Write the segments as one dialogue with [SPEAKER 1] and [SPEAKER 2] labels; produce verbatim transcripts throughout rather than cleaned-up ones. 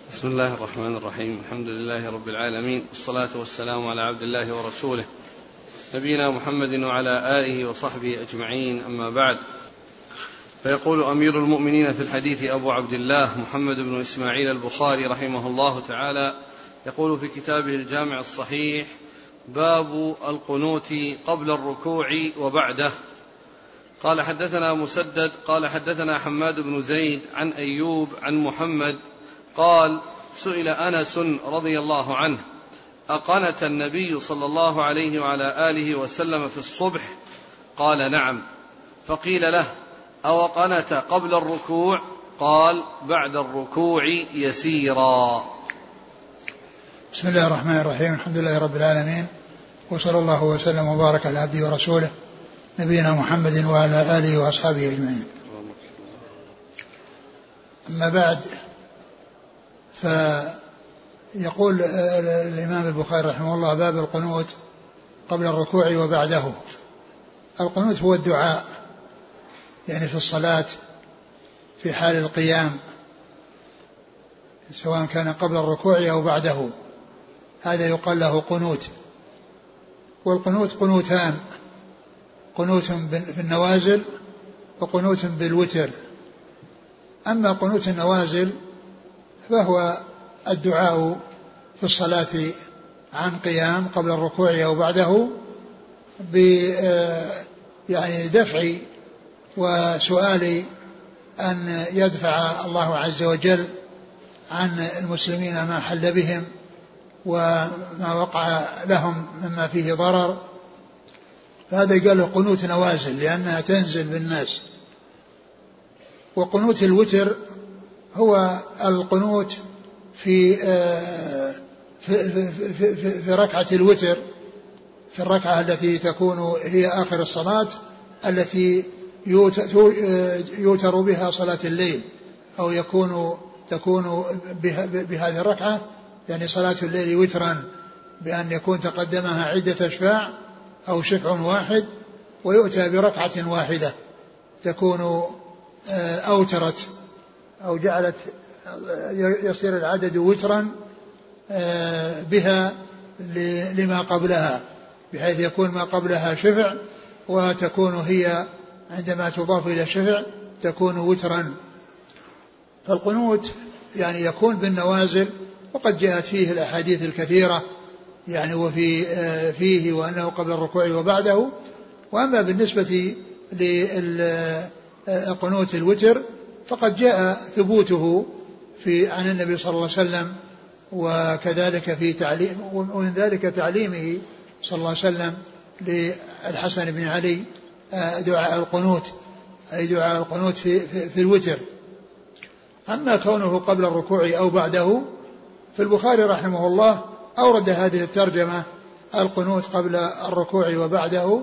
[SPEAKER 1] بسم الله الرحمن الرحيم. الحمد لله رب العالمين، والصلاة والسلام على عبد الله ورسوله نبينا محمد وعلى آله وصحبه أجمعين، أما بعد. فيقول أمير المؤمنين في الحديث أبو عبد الله محمد بن إسماعيل البخاري رحمه الله تعالى، يقول في كتابه الجامع الصحيح: باب القنوت قبل الركوع وبعده. قال حدثنا مسدد قال حدثنا حماد بن زيد عن أيوب عن محمد قال: سئل أنس رضي الله عنه: أقنت النبي صلى الله عليه وعلى آله وسلم في الصبح؟ قال: نعم. فقيل له: أو قنت قبل الركوع؟ قال: بعد الركوع يسيرا.
[SPEAKER 2] بسم الله الرحمن الرحيم. الحمد لله رب العالمين، وصلى الله وسلم وبارك على عبده ورسوله نبينا محمد وعلى آله وأصحابه أجمعين. أما بعد، فيقول الإمام البخاري رحمه الله: باب القنوت قبل الركوع وبعده. القنوت هو الدعاء، يعني في الصلاة في حال القيام، سواء كان قبل الركوع أو بعده، هذا يقال له قنوت. والقنوت قنوتان: قنوت في النوازل وقنوت بالوتر. أما قنوت النوازل فهو الدعاء في الصلاة عن قيام قبل الركوع أو بعده، ب يعني دفع وسؤال أن يدفع الله عز وجل عن المسلمين ما حل بهم وما وقع لهم مما فيه ضرر. فهذا قال له قنوت نوازل لأنها تنزل بالناس. وقنوت الوتر هو القنوت في في, في, في, في ركعة الوتر، في الركعة التي تكون هي آخر الصلاة، التي يوتر بها صلاة الليل، أو يكون تكون بهذه الركعة، يعني صلاة الليل وترا، بأن يكون تقدمها عدة أشفاع أو شفع واحد، ويؤتى بركعة واحدة تكون أوترت أو جعلت يصير العدد وترا بها لما قبلها، بحيث يكون ما قبلها شفع، وتكون هي عندما تضاف إلى الشفع تكون وترا. فالقنوت يعني يكون بالنوازل، وقد جاءت فيه الأحاديث الكثيرة يعني وفي فيه وأنه قبل الركوع وبعده. وأما بالنسبة للقنوت الوتر فقد جاء ثبوته في عن النبي صلى الله عليه وسلم، وكذلك في تعليم، ومن ذلك تعليمه صلى الله عليه وسلم للحسن بن علي دعاء القنوت، أي دعاء القنوت في, في, في الوتر. أما كونه قبل الركوع أو بعده، في البخاري رحمه الله أورد هذه الترجمة: القنوت قبل الركوع وبعده،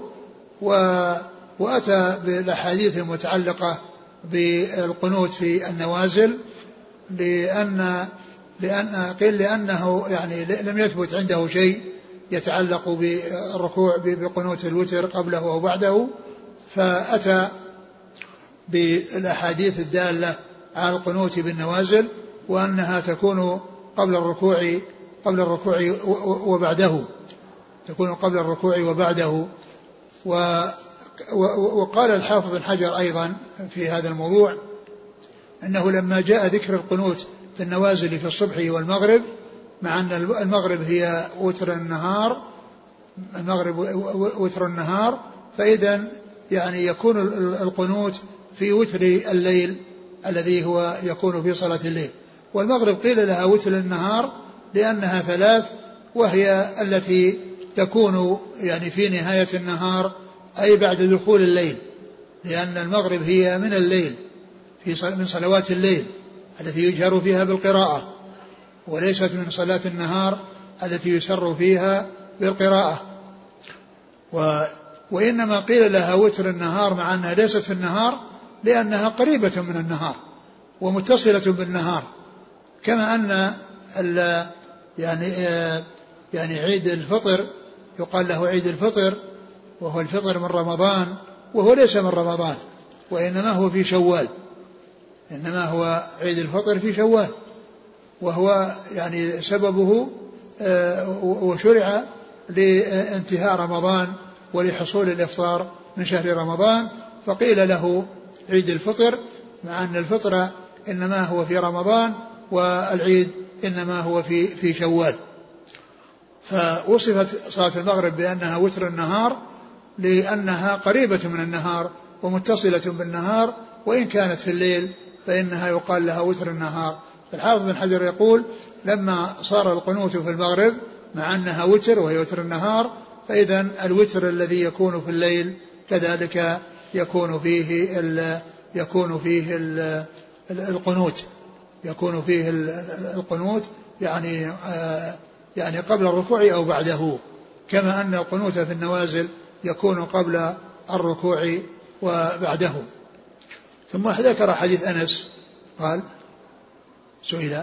[SPEAKER 2] وأتى بالأحاديث المتعلقة بالقنوت في النوازل، لأن لأن قيل لأنه يعني لم يثبت عنده شيء يتعلق بالركوع بقنوت الوتر قبله أو بعده، فأتى بالأحاديث الدالة على القنوت بالنوازل، وأنها تكون قبل الركوع قبل الركوع وبعده، تكون قبل الركوع وبعده. وقال الحافظ بن حجر أيضا في هذا الموضوع أنه لما جاء ذكر القنوت في النوازل في الصبح والمغرب، مع أن المغرب هي وتر النهار، المغرب وتر النهار، فإذا يعني يكون القنوت في وتر الليل الذي هو يكون في صلاة الليل. والمغرب قيل لها وتر النهار لأنها ثلاث، وهي التي تكون يعني في نهاية النهار، أي بعد دخول الليل، لأن المغرب هي من الليل، في من صلوات الليل التي يجهر فيها بالقراءة، وليست من صلاة النهار التي يسر فيها بالقراءة. و وإنما قيل لها وتر النهار مع أنها ليست في النهار لأنها قريبة من النهار ومتصلة بالنهار، كما أن يعني يعني عيد الفطر يقال له عيد الفطر، وهو الفطر من رمضان، وهو ليس من رمضان، وإنما هو في شوال، إنما هو عيد الفطر في شوال. وهو يعني سببه وشرع لانتهاء رمضان ولحصول الإفطار من شهر رمضان، فقيل له عيد الفطر، مع أن الفطر إنما هو في رمضان والعيد إنما هو في في شوال. فوصفت صلاة المغرب بأنها وتر النهار لأنها قريبة من النهار ومتصلة بالنهار، وإن كانت في الليل فإنها يقال لها وتر النهار. الحافظ بن حجر يقول لما صار القنوت في المغرب مع أنها وتر وهي وتر النهار، فإذا الوتر الذي يكون في الليل كذلك يكون فيه ال يكون فيه ال القنوت يكون فيه القنوت يعني آه يعني قبل الركوع أو بعده، كما أن القنوت في النوازل يكون قبل الركوع وبعده. ثم ذكر حديث أنس قال سئل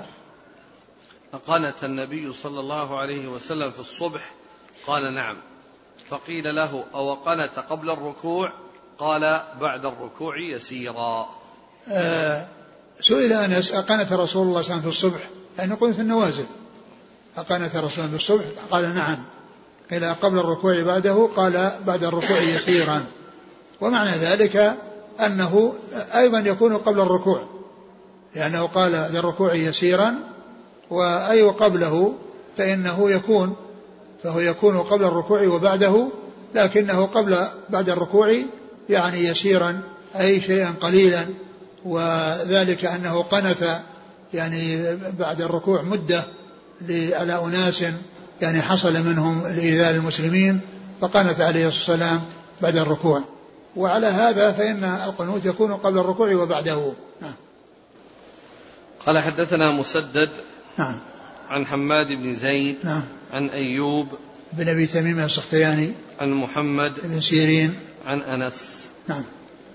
[SPEAKER 1] أقنت النبي صلى الله عليه وسلم في الصبح؟ قال نعم. فقيل له أو قنت قبل الركوع؟ قال بعد الركوع يسيرا.
[SPEAKER 2] آه سئل أنس أقنت رسول الله صلى الله عليه وسلم في الصبح، يعني يقول في النوازل أقنت رسول الله في الصبح؟ قال نعم. إلى قبل الركوع بعده؟ قال بعد الركوع يسيرا. ومعنى ذلك أنه أيضا يكون قبل الركوع، لأنه قال ذا الركوع يسيرا، وأي قبله فإنه يكون فهو يكون قبل الركوع وبعده، لكنه قبل بعد الركوع يعني يسيرا أي شيئا قليلا، وذلك أنه قنت يعني بعد الركوع مدة على أناس يعني حصل منهم الإيذاء للمسلمين، فقنت عليه الصلاة والسلام بعد الركوع. وعلى هذا فإن القنوت يكون قبل الركوع وبعده. نعم.
[SPEAKER 1] قال حدثنا مسدد
[SPEAKER 2] نعم
[SPEAKER 1] عن حماد بن زيد
[SPEAKER 2] نعم
[SPEAKER 1] عن أيوب
[SPEAKER 2] بن أبي تميم السختياني
[SPEAKER 1] عن محمد
[SPEAKER 2] بن سيرين
[SPEAKER 1] عن أنس.
[SPEAKER 2] نعم.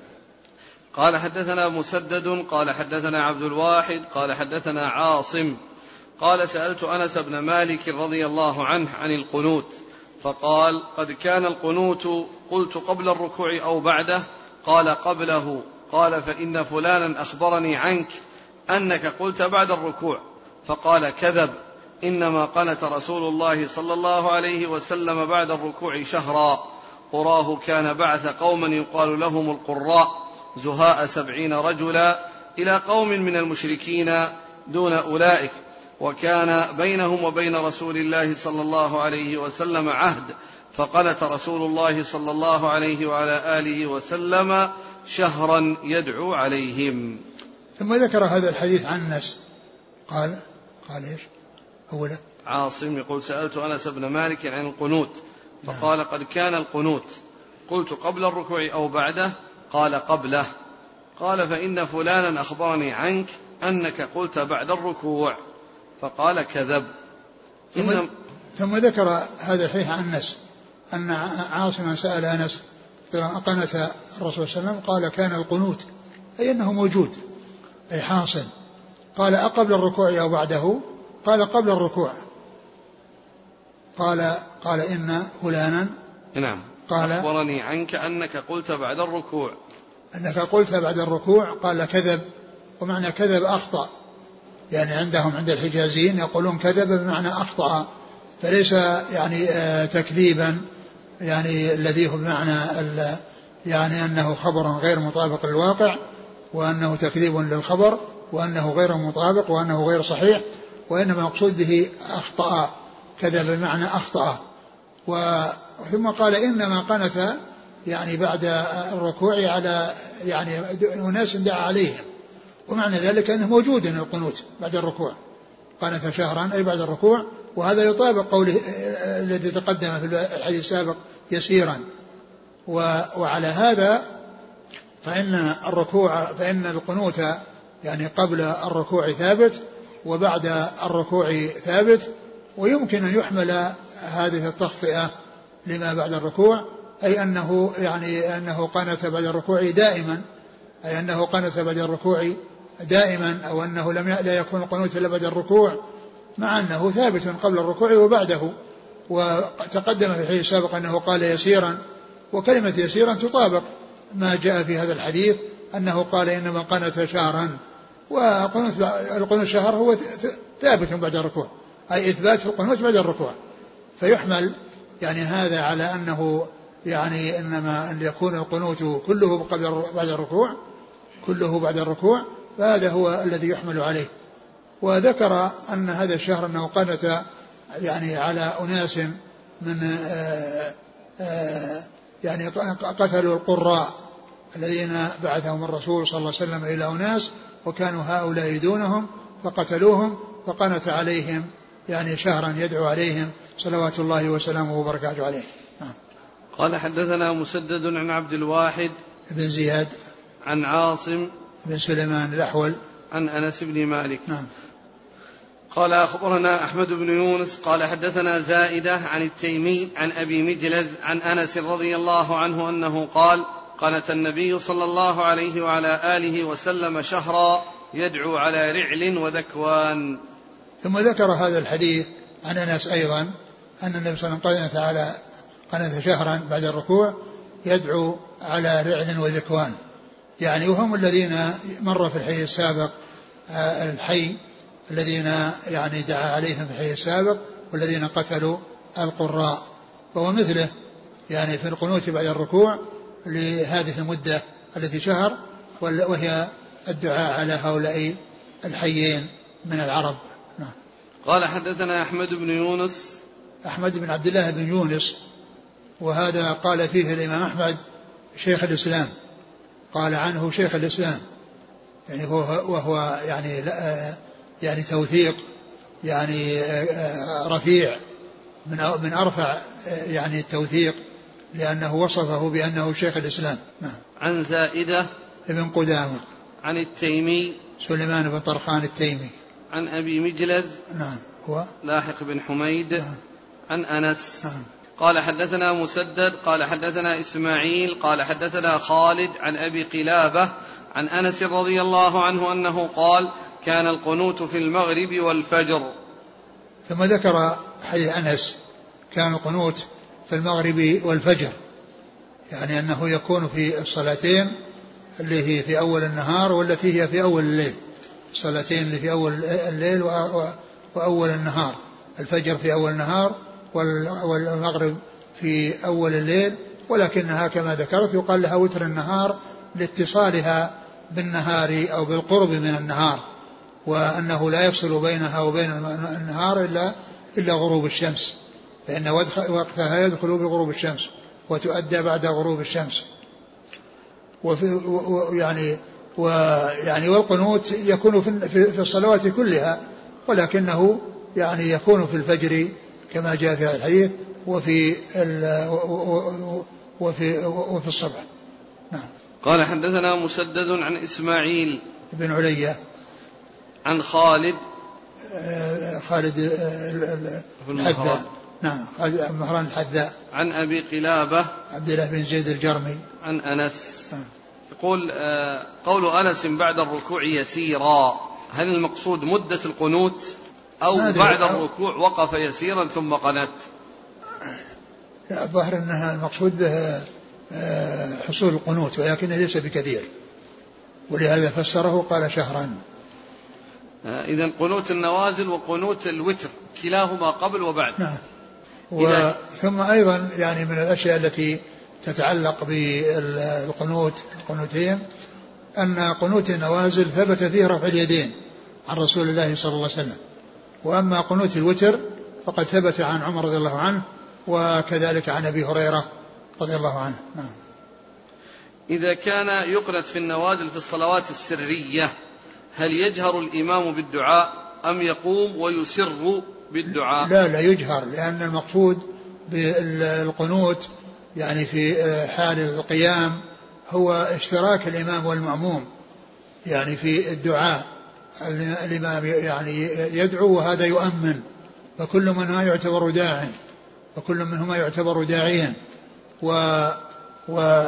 [SPEAKER 1] قال حدثنا مسدد قال حدثنا عبد الواحد قال حدثنا عاصم قال سألت أنس بن مالك رضي الله عنه عن القنوت فقال قد كان القنوت، قلت قبل الركوع أو بعده؟ قال قبله. قال فإن فلانا أخبرني عنك أنك قلت بعد الركوع. فقال كذب، إنما قنت رسول الله صلى الله عليه وسلم بعد الركوع شهرا، قراه كان بعث قوما يقال لهم القراء زهاء سبعين رجلا إلى قوم من المشركين دون أولئك، وكان بينهم وبين رسول الله صلى الله عليه وسلم عهد، فقنت رسول الله صلى الله عليه وعلى آله وسلم شهرا يدعو عليهم.
[SPEAKER 2] ثم ذكر هذا الحديث عن أنس قال قال ايش أولا؟
[SPEAKER 1] عاصم يقول سألت أنس بن مالك عن القنوت فقال قد كان القنوت، قلت قبل الركوع أو بعده؟ قال قبله. قال فإن فلانا أخبرني عنك أنك قلت بعد الركوع. فقال كذب.
[SPEAKER 2] ثم, ثم ذكر هذا الحديث عن أنس أن عاصما سأل أنس قنت الرسول صلى الله عليه وسلم؟ قال كان القنوت أي أنه موجود أي حاصل. قال أقبل الركوع أو بعده؟ قال قبل الركوع. قال قال إن فلانا
[SPEAKER 1] نعم قال أخبرني عنك أنك قلت بعد الركوع
[SPEAKER 2] أنك قلت بعد الركوع. قال كذب، ومعنى كذب أخطأ، يعني عندهم عند الحجازيين يقولون كذب بمعنى أخطأ، فليس يعني آه تكذيبا يعني الذي هو بمعنى يعني أنه خبر غير مطابق للواقع، وأنه تكذيب للخبر، وأنه غير مطابق، وأنه غير صحيح، وإنما مقصود به أخطأ، كذب بمعنى أخطأ. ثم قال إنما قنت يعني بعد الركوع على يعني أناس دعا عليهم، ومعنى ذلك أنه موجود القنوت بعد الركوع، قنت شهرا أي بعد الركوع، وهذا يطابق قوله الذي تقدم في الحديث السابق يسيرا. وعلى هذا فإن الركوع فإن القنوت يعني قبل الركوع ثابت وبعد الركوع ثابت، ويمكن أن يحمل هذه التخطئة لما بعد الركوع، أي أنه يعني أنه قنت بعد الركوع دائما، أي أنه قنت بعد الركوع دائما، أو أنه لم لا يكون القنوت إلا بعد الركوع، مع أنه ثابت قبل الركوع وبعده. وتقدم في الحديث السابق أنه قال يسيرا، وكلمة يسيرا تطابق ما جاء في هذا الحديث أنه قال إنما قنت شهرا، والقنوت شهر هو ثابت بعد الركوع، أي إثبات القنوت بعد الركوع. فيحمل يعني هذا على أنه يعني إنما أن يكون القنوت كله بعد الركوع، كله بعد الركوع، فهذا هو الذي يحمل عليه. وذكر أن هذا الشهر أنه قنت يعني على أناس من آآ آآ يعني قتلوا القراء الذين بعثهم الرسول صلى الله عليه وسلم إلى أناس وكانوا هؤلاء دونهم فقتلوهم، فقنت عليهم يعني شهرا يدعو عليهم صلوات الله وسلامه وبركاته عليه.
[SPEAKER 1] قال حدثنا مسدد عن عبد الواحد
[SPEAKER 2] بن زياد
[SPEAKER 1] عن عاصم
[SPEAKER 2] بن سليمان الأحول
[SPEAKER 1] عن أنس بن مالك.
[SPEAKER 2] نعم.
[SPEAKER 1] قال أخبرنا أحمد بن يونس قال حدثنا زائدة عن التيمي عن أبي مجلز عن أنس رضي الله عنه أنه قال قنت النبي صلى الله عليه وعلى آله وسلم شهرا يدعو على رعل وذكوان.
[SPEAKER 2] ثم ذكر هذا الحديث عن أنس أيضا أن النبي صلى الله عليه وسلم قنت على قنت شهرا بعد الركوع يدعو على رعل وذكوان، يعني وهم الذين مر في الحديث السابق الحي الذين يعني دعا عليهم في الحديث السابق والذين قتلوا القراء، فهو مثله يعني في القنوت بعد الركوع لهذه المدة التي شهر، وهي الدعاء على هؤلاء الحيين من العرب. نعم.
[SPEAKER 1] قال حدثنا أحمد بن يونس
[SPEAKER 2] أحمد بن عبد الله بن يونس، وهذا قال فيه الإمام أحمد شيخ الإسلام، قال عنه شيخ الإسلام، يعني هو وهو يعني يعني توثيق يعني رفيع من من أرفع يعني التوثيق، لأنه وصفه بأنه شيخ الإسلام. نعم.
[SPEAKER 1] عن زائدة
[SPEAKER 2] ابن قدامة
[SPEAKER 1] عن التيمي
[SPEAKER 2] سليمان بن طرخان التيمي
[SPEAKER 1] عن أبي مجلز
[SPEAKER 2] نعم هو
[SPEAKER 1] لاحق بن حميد
[SPEAKER 2] نعم.
[SPEAKER 1] عن أنس.
[SPEAKER 2] نعم.
[SPEAKER 1] قال حدثنا مسدد قال حدثنا إسماعيل قال حدثنا خالد عن أبي قلابة عن أنس رضي الله عنه أنه قال كان القنوت في المغرب والفجر.
[SPEAKER 2] ثم ذكر حديث أنس كان القنوت في المغرب والفجر، يعني أنه يكون في الصلاتين اللي هي في أول النهار والتي هي في أول الليل، الصلاتين اللي في أول الليل وأول النهار، الفجر في أول النهار والمغرب في أول الليل، ولكنها كما ذكرت يقال لها وتر النهار لاتصالها بالنهار أو بالقرب من النهار، وأنه لا يفصل بينها وبين النهار إلا, إلا غروب الشمس، فإن وقتها يدخل بغروب الشمس وتؤدى بعد غروب الشمس. وفي يعني ويعني والقنوت يكون في, في الصلوات كلها، ولكنه يعني يكون في الفجر كما جاء في هذا الحديث وفي وفي وفي الصبح. نعم.
[SPEAKER 1] قال حدثنا مسدد عن إسماعيل
[SPEAKER 2] بن علية
[SPEAKER 1] عن خالد
[SPEAKER 2] خالد الحذاء نعم خالد مهران الحذاء
[SPEAKER 1] عن أبي قلابة
[SPEAKER 2] عبد الله بن زيد الجرمي
[SPEAKER 1] عن أنس. يقول قول أنس بعد الركوع يسيرا، هل المقصود مدة القنوت أو بعد الركوع وقف يسيرا ثم قنت؟
[SPEAKER 2] لا، الظاهر أنها المقصود به حصول القنوت، ولكن ليس بكثير، ولهذا فسره قال شهرا.
[SPEAKER 1] إذن قنوت النوازل وقنوت الوتر كلاهما قبل وبعد.
[SPEAKER 2] نعم. و... ثم أيضا يعني من الأشياء التي تتعلق بالقنوت القنوتين أن قنوت النوازل ثبت فيه رفع اليدين عن رسول الله صلى الله عليه وسلم، وأما قنوت الوتر فقد ثبت عن عمر رضي الله عنه وكذلك عن أبي هريرة رضي الله عنه. نعم.
[SPEAKER 1] إذا كان يقنت في النوازل في الصلوات السرية هل يجهر الإمام بالدعاء أم يقوم ويسر بالدعاء؟
[SPEAKER 2] لا لا يجهر، لأن المقصود بالقنوت يعني في حال القيام هو اشتراك الإمام والمأموم يعني في الدعاء، الإمام يعني يدعو وهذا يؤمن، فكل منهما يعتبر داع وكل منهما يعتبر داعيا. و و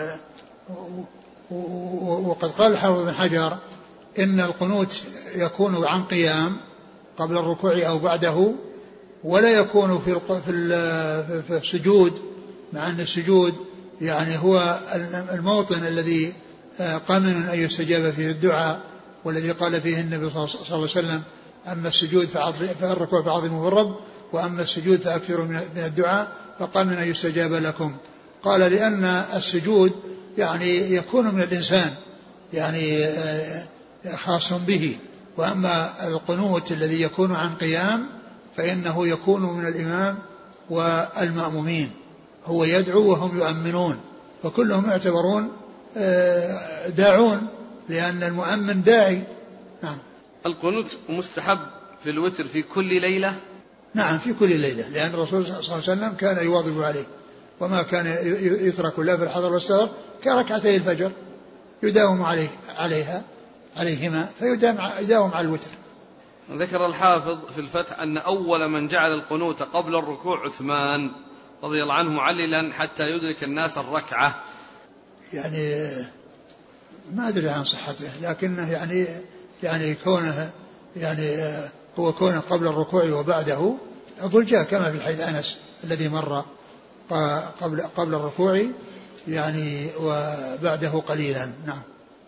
[SPEAKER 2] وقد قال الحافظ بن حجر إن القنوت يكون عن قيام قبل الركوع أو بعده، ولا يكون في في السجود، مع أن السجود يعني هو الموطن الذي قمن أن يستجاب فيه الدعاء، والذي قال فيه النبي صلى الله عليه وسلم أما السجود فالركوع فعظموا الرب وأما السجود فأكثروا من الدعاء، فقال من أن يستجاب لكم. قال لأن السجود يعني يكون من الإنسان يعني خاص به، وأما القنوت الذي يكون عن قيام فإنه يكون من الإمام والمأمومين، هو يدعو وهم يؤمنون، فكلهم يعتبرون داعون لأن المؤمن داعي. نعم.
[SPEAKER 1] القنوت مستحب في الوتر في كل ليلة؟
[SPEAKER 2] نعم في كل ليلة، لأن الرسول صلى الله عليه وسلم كان يواظب عليه، وما كان يترك لا في الحضر والسفر كركعتي الفجر يداوم عليه عليها عليهما فيداوم على الوتر.
[SPEAKER 1] ذكر الحافظ في الفتح أن أول من جعل القنوت قبل الركوع عثمان رضي الله عنه معللا حتى يدرك الناس الركعة.
[SPEAKER 2] يعني ما أدري عن صحته، لكنه يعني يعني كونه يعني هو كونه قبل الركوع وبعده أقول جاء كما في الحديث أنس الذي مر قبل قبل الركوع يعني وبعده قليلا. نعم.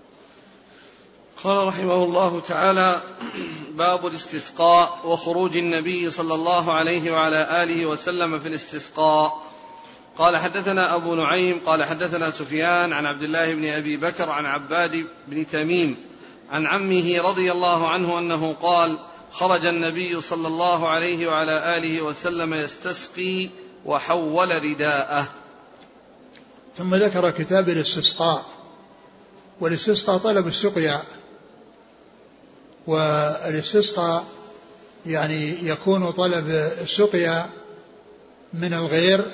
[SPEAKER 1] قال رحمه الله تعالى: باب الاستسقاء وخروج النبي صلى الله عليه وعلى آله وسلم في الاستسقاء. قال حدثنا أبو نعيم قال حدثنا سفيان عن عبد الله بن أبي بكر عن عباد بن تميم عن عمه رضي الله عنه أنه قال: خرج النبي صلى الله عليه وعلى آله وسلم يستسقي وحول رداءه.
[SPEAKER 2] ثم ذكر كتاب الاستسقاء، والاستسقاء طلب السقيا، والاستسقاء يعني يكون طلب السقيا من الغير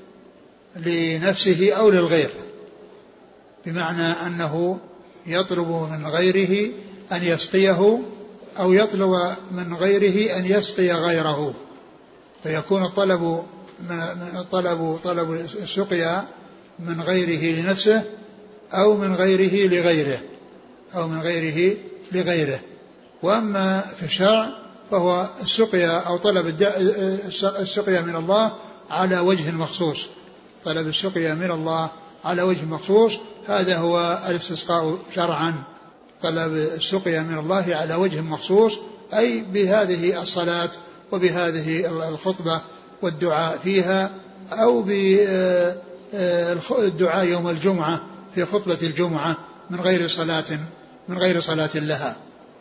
[SPEAKER 2] لنفسه أو للغير، بمعنى أنه يطلب من غيره أن يسقيه أو يطلب من غيره أن يسقي غيره، فيكون الطلب من طلب طلب السقيا من غيره لنفسه أو من غيره لغيره أو من غيره لغيره. وأما في الشرع فهو السقيا أو طلب السقيا من الله على وجه مخصوص، طلب السقيا من الله على وجه مخصوص، هذا هو الاستسقاء شرعا، طلب السقيا من الله على وجه مخصوص، أي بهذه الصلاة وبهذه الخطبة والدعاء فيها، أو بالدعاء يوم الجمعة في خطبة الجمعة من غير صلاة من غير صلاة لها.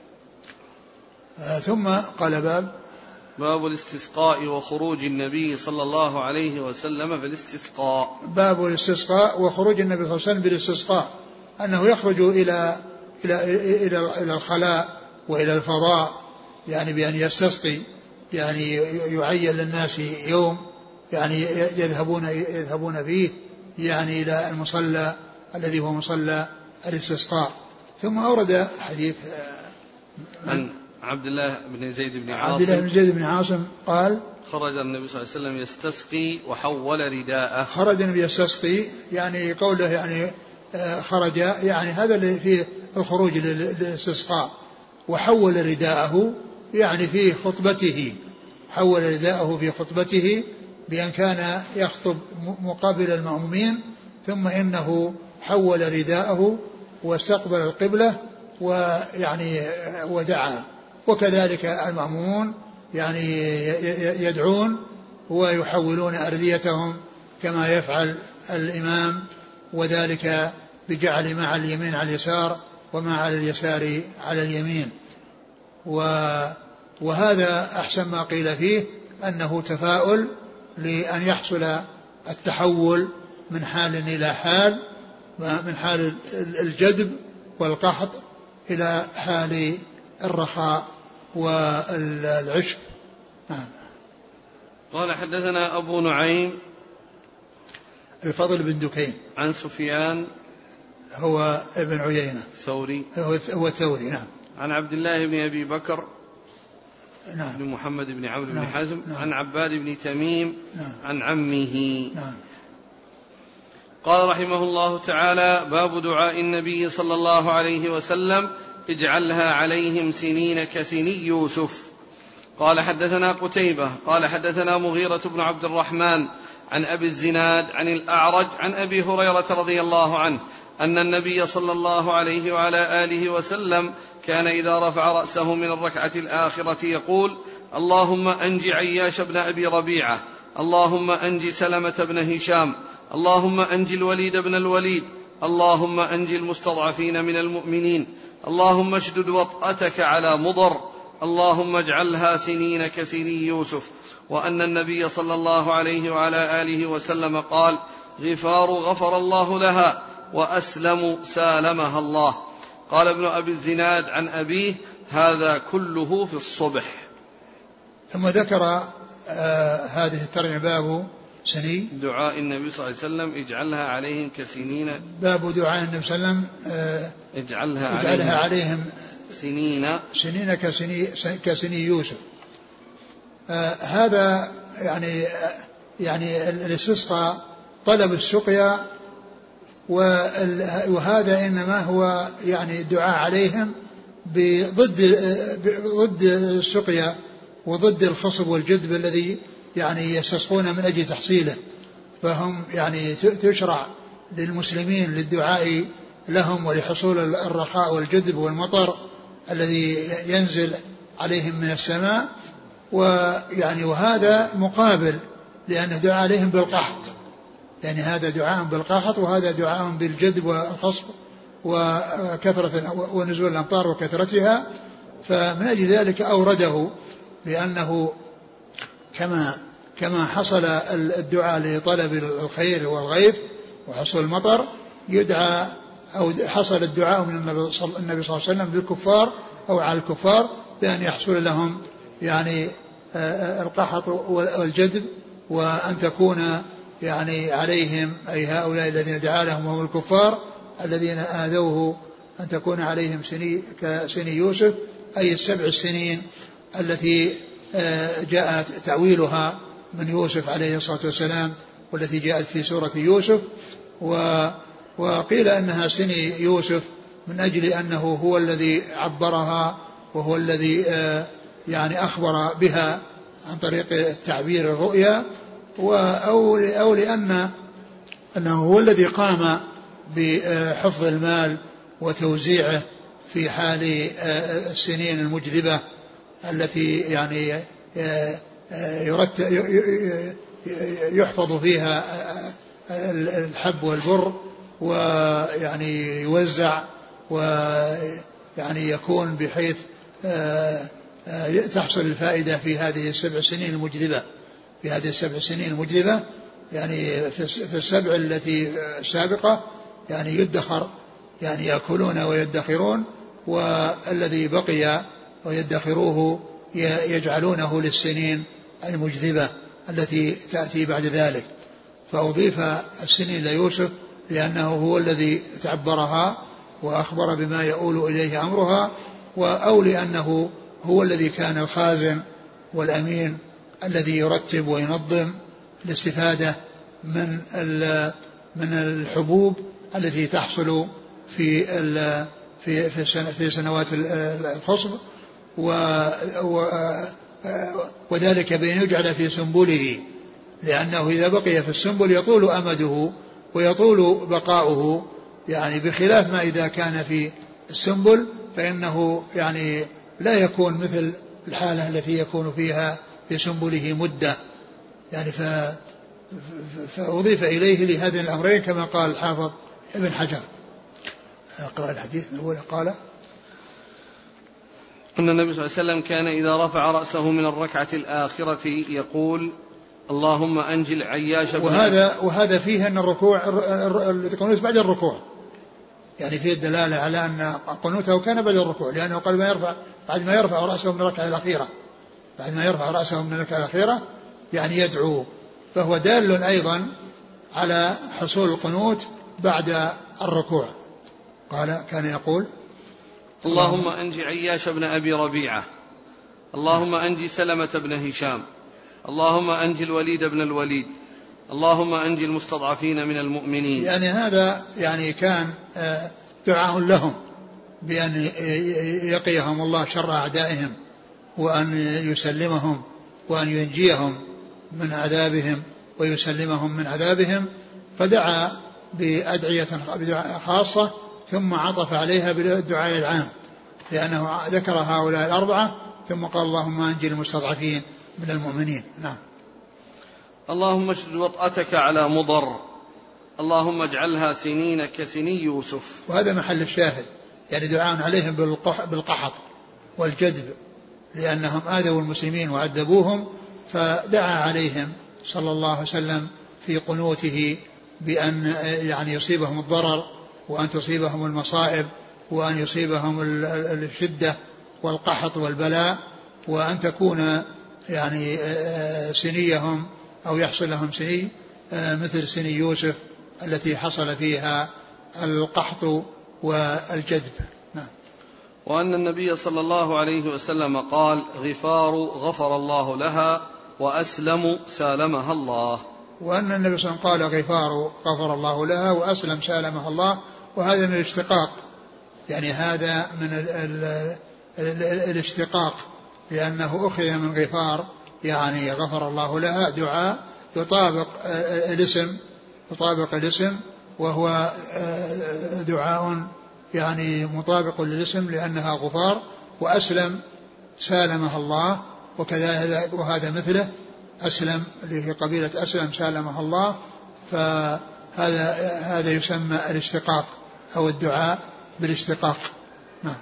[SPEAKER 2] ثم قال باب
[SPEAKER 1] باب الاستسقاء وخروج النبي صلى الله عليه وسلم في الاستسقاء.
[SPEAKER 2] باب الاستسقاء وخروج النبي صلى الله عليه وسلم بالاستسقاء، أنه يخرج إلى إلى إلى إلى الخلاء وإلى الفضاء، يعني بأن يستسقي، يعني يعين للناس يوم يعني يذهبون يذهبون فيه يعني إلى المصلى الذي هو مصلى الاستسقاء. ثم أورد حديث
[SPEAKER 1] عن عبد الله بن زيد بن عاصم
[SPEAKER 2] عبد الله بن زيد بن عاصم قال:
[SPEAKER 1] خرج النبي صلى الله عليه وسلم يستسقي وحول رداءه.
[SPEAKER 2] خرج النبي يستسقي، يعني قوله يعني خرج يعني هذا اللي فيه الخروج للاستسقاء، وحول رداءه يعني في خطبته، حول رداءه في خطبته بأن كان يخطب مقابل المأمومين، ثم إنه حول رداءه واستقبل القبلة ويعني ودعا، وكذلك المأمومون يعني يدعون ويحولون أرديتهم كما يفعل الإمام، وذلك بجعل ما على اليمين على اليسار وما على اليسار على اليمين. وهذا أحسن ما قيل فيه، أنه تفاؤل لأن يحصل التحول من حال إلى حال، من حال الجدب والقحط إلى حال الرخاء والعشق. نعم.
[SPEAKER 1] قال حدثنا أبو نعيم
[SPEAKER 2] الفضل بن دكين
[SPEAKER 1] عن سفيان
[SPEAKER 2] هو ابن عيينة
[SPEAKER 1] ثوري
[SPEAKER 2] هو الثوري. نعم.
[SPEAKER 1] عن عبد الله بن أبي بكر
[SPEAKER 2] نعم.
[SPEAKER 1] بن محمد بن عمرو بن
[SPEAKER 2] نعم.
[SPEAKER 1] حزم
[SPEAKER 2] نعم.
[SPEAKER 1] عن عباد بن تميم
[SPEAKER 2] نعم.
[SPEAKER 1] عن عمه.
[SPEAKER 2] نعم.
[SPEAKER 1] قال رحمه الله تعالى: باب دعاء النبي صلى الله عليه وسلم: اجعلها عليهم سنين كسني يوسف. قال حدثنا قتيبة قال حدثنا مغيرة بن عبد الرحمن عن أبي الزناد عن الأعرج عن أبي هريرة رضي الله عنه أن النبي صلى الله عليه وعلى آله وسلم كان إذا رفع رأسه من الركعة الآخرة يقول: اللهم أنج عياش بن أبي ربيعة، اللهم أنج سلمة بن هشام، اللهم أنج الوليد بن الوليد، اللهم أنج المستضعفين من المؤمنين، اللهم اشدد وطأتك على مضر، اللهم اجعلها سنين كسني يوسف. وأن النبي صلى الله عليه وعلى آله وسلم قال: غفار غفر الله لها، وأسلم سالمها الله. قال ابن أبي الزناد عن أبيه: هذا كله في الصبح.
[SPEAKER 2] ثم ذكر آه هذه الترجمة: باب سني
[SPEAKER 1] دعاء النبي صلى الله عليه وسلم: اجعلها عليهم كسنين.
[SPEAKER 2] باب دعاء النبي صلى الله عليه وسلم آه
[SPEAKER 1] اجعلها,
[SPEAKER 2] اجعلها عليهم, عليهم
[SPEAKER 1] سنين
[SPEAKER 2] سنين كسني, كسني يوسف. آه هذا يعني آه يعني الاستسقاء طلب السقيا، وهذا إنما هو يعني الدعاء عليهم بضد ضد السقيا وضد الخصب والجدب الذي يعني يستسقون من أجل تحصيله. فهم يعني تشرع للمسلمين للدعاء لهم ولحصول الرخاء والجدب والمطر الذي ينزل عليهم من السماء، ويعني وهذا مقابل لأنه دعاء عليهم بالقحط، يعني هذا دعاء بالقحط وهذا دعاء بالجدب والخصب وكثرة ونزول الأمطار وكثرتها. فمن أجل ذلك أورده، لأنه كما كما حصل الدعاء لطلب الخير والغيث وحصول المطر، يدعى أو حصل الدعاء من النبي صلى الله عليه وسلم بالكفار أو على الكفار بأن يحصل لهم يعني القحط والجدب، وأن تكون يعني عليهم أي هؤلاء الذين دعا لهم هم الكفار الذين آذوه أن تكون عليهم سني كسني يوسف، أي السبع السنين التي جاءت تعويلها من يوسف عليه الصلاة والسلام والتي جاءت في سورة يوسف. وقيل أنها سني يوسف من أجل أنه هو الذي عبرها وهو الذي يعني أخبر بها عن طريق التعبير الرؤيا، أو لأن أنه هو الذي قام بحفظ المال وتوزيعه في حال السنين المجذبة التي يعني يحفظ فيها الحب والبر ويعني يوزع ويعني يكون بحيث تحصل الفائدة في هذه السبع سنين المجذبة في هذه السبع سنين المجذبة يعني في السبع التي السابقة يعني يدخر، يعني يأكلون ويدخرون، والذي بقي ويدخروه يجعلونه للسنين المجذبة التي تأتي بعد ذلك. فأضيف السنين ليوسف لأنه هو الذي تعبرها وأخبر بما يؤول إليه أمرها، أو لأنه هو الذي كان الخازن والأمين الذي يرتب وينظم الاستفادة من من الحبوب التي تحصل في في في سنوات الخصب، وذلك بأن يجعل في سنبله، لأنه إذا بقي في السنبل يطول أمده ويطول بقاؤه، يعني بخلاف ما إذا كان في السنبل فإنه يعني لا يكون مثل الحالة التي يكون فيها في سنبله مدة يعني. فأضيف إليه لهذين الأمرين كما قال الحافظ ابن حجر. أقرأ الحديث الأول. قال
[SPEAKER 1] أن النبي صلى الله عليه وسلم كان إذا رفع رأسه من الركعة الآخرة يقول: اللهم أنجل عياش.
[SPEAKER 2] وهذا وهذا فيه أن الركوع القنوت بعد الركوع، يعني فيه الدلالة على أن قنوته كان بعد الركوع، لأنه قال ما يرفع بعد ما يرفع رأسه من الركعة الأخيرة بعد ما يرفع رأسه من الركعة الأخيرة يعني يدعو، فهو دال أيضا على حصول القنوت بعد الركوع. قال كان يقول:
[SPEAKER 1] اللهم أنج عياش بن أبي ربيعة، اللهم أنج سلمة بن هشام، اللهم أنج الوليد بن الوليد، اللهم أنج المستضعفين من المؤمنين.
[SPEAKER 2] يعني هذا يعني كان دعاء لهم بأن يقيهم الله شر أعدائهم وأن يسلمهم وأن ينجيهم من عذابهم ويسلمهم من عذابهم، فدعا بأدعية خاصة ثم عطف عليها بالدعاء العام، لأنه ذكر هؤلاء الأربعة ثم قال اللهم أنجي المستضعفين من المؤمنين. نعم.
[SPEAKER 1] اللهم اشدد وطأتك على مضر، اللهم اجعلها سنين كسني يوسف.
[SPEAKER 2] وهذا محل الشاهد، يعني دعاء عليهم بالقحط والجدب، لأنهم آذوا المسلمين وعذبوهم، فدعا عليهم صلى الله عليه وسلم في قنوته بأن يعني يصيبهم الضرر وأن تصيبهم المصائب وأن يصيبهم الشدة والقحط والبلاء، وأن تكون يعني سنيهم أو يحصل لهم سني مثل سني يوسف التي حصل فيها القحط والجدب. نعم.
[SPEAKER 1] وأن النبي صلى الله عليه وسلم قال غفار غفر الله لها وأسلم سالمها الله.
[SPEAKER 2] وأن النبي صلى الله عليه وسلم قال غفار غفر الله لها وأسلم سالمها الله، وهذا من الاشتقاق، يعني هذا من ال ال ال ال الاشتقاق، لأنه أخذ من غفار يعني غفر الله لها دعاء يطابق الاسم يطابق الاسم وهو دعاء يعني مطابق للاسم لأنها غفار، وأسلم سالمها الله وكذا، وهذا مثله أسلم اللي هي قبيلة أسلم سالمها الله، فهذا هذا يسمى الاشتقاق أو الدعاء بالاشتقاق. نعم.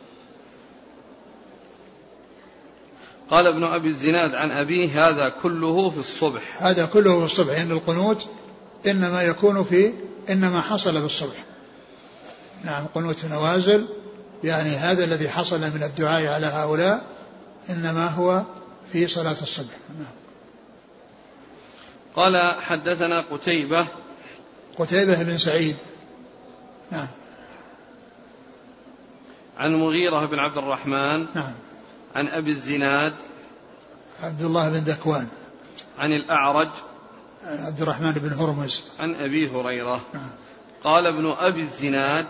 [SPEAKER 1] قال ابن أبي الزناد عن أبيه هذا كله في الصبح.
[SPEAKER 2] هذا كله في الصبح، إن القنوت إنما يكون في إنما حصل بالصبح. نعم. قنوت نوازل، يعني هذا الذي حصل من الدعاء على هؤلاء إنما هو في صلاة الصبح. نعم.
[SPEAKER 1] قال حدثنا قتيبة
[SPEAKER 2] قتيبة بن سعيد. نعم.
[SPEAKER 1] عن مغيرة بن عبد الرحمن.
[SPEAKER 2] نعم.
[SPEAKER 1] عن أبي الزناد
[SPEAKER 2] عبد الله بن ذكوان.
[SPEAKER 1] عن الأعرج
[SPEAKER 2] عبد الرحمن بن هرمز.
[SPEAKER 1] عن أبي هريرة.
[SPEAKER 2] نعم.
[SPEAKER 1] قال ابن أبي الزناد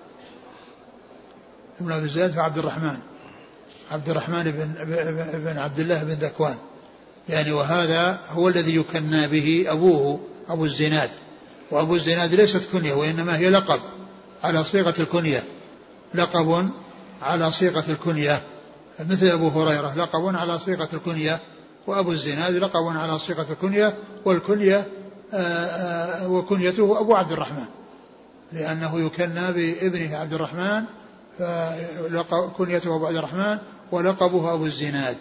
[SPEAKER 2] ابن أبي الزناد عبد الرحمن عبد الرحمن بن, بن عبد الله بن ذكوان، يعني وهذا هو الذي يكنى به أبوه أبو الزناد، وأبو الزناد ليست كنية وإنما هي لقب على صيغة الكنية، لقب على صيغة الكنية، مثل أبو هريرة لقب على صيغة الكنية، وأبو الزناد لقب على صيغة الكنية، والكنية وكنيته أبو عبد الرحمن لأنه يكنى بابنه عبد الرحمن، فكنيته أبو عبد الرحمن ولقبه أبو الزناد.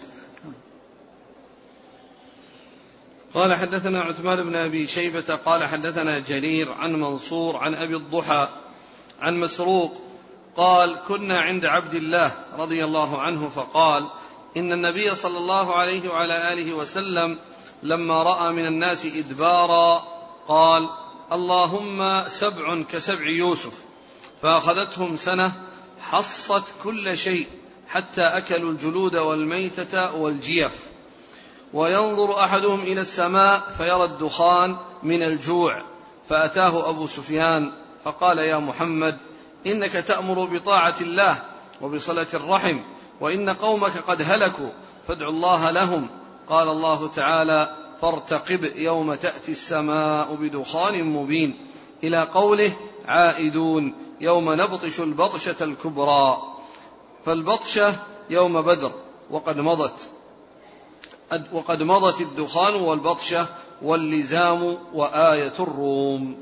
[SPEAKER 1] قال حدثنا عثمان بن أبي شيبة قال حدثنا جرير عن منصور عن أبي الضحى عن مسروق قال كنا عند عبد الله رضي الله عنه فقال إن النبي صلى الله عليه وعلى آله وسلم لما رأى من الناس إدبارا قال اللهم سبع كسبع يوسف، فأخذتهم سنة حصت كل شيء حتى أكلوا الجلود والميتة والجيف، وينظر أحدهم إلى السماء فيرى الدخان من الجوع، فأتاه أبو سفيان فقال يا محمد إنك تأمر بطاعة الله وبصلة الرحم، وإن قومك قد هلكوا فادع الله لهم. قال الله تعالى فارتقب يوم تأتي السماء بدخان مبين، إلى قوله عائدون يوم نبطش البطشة الكبرى، فالبطشة يوم بدر وقد مضت وقد مضت الدخان والبطشة واللزام وآية الروم.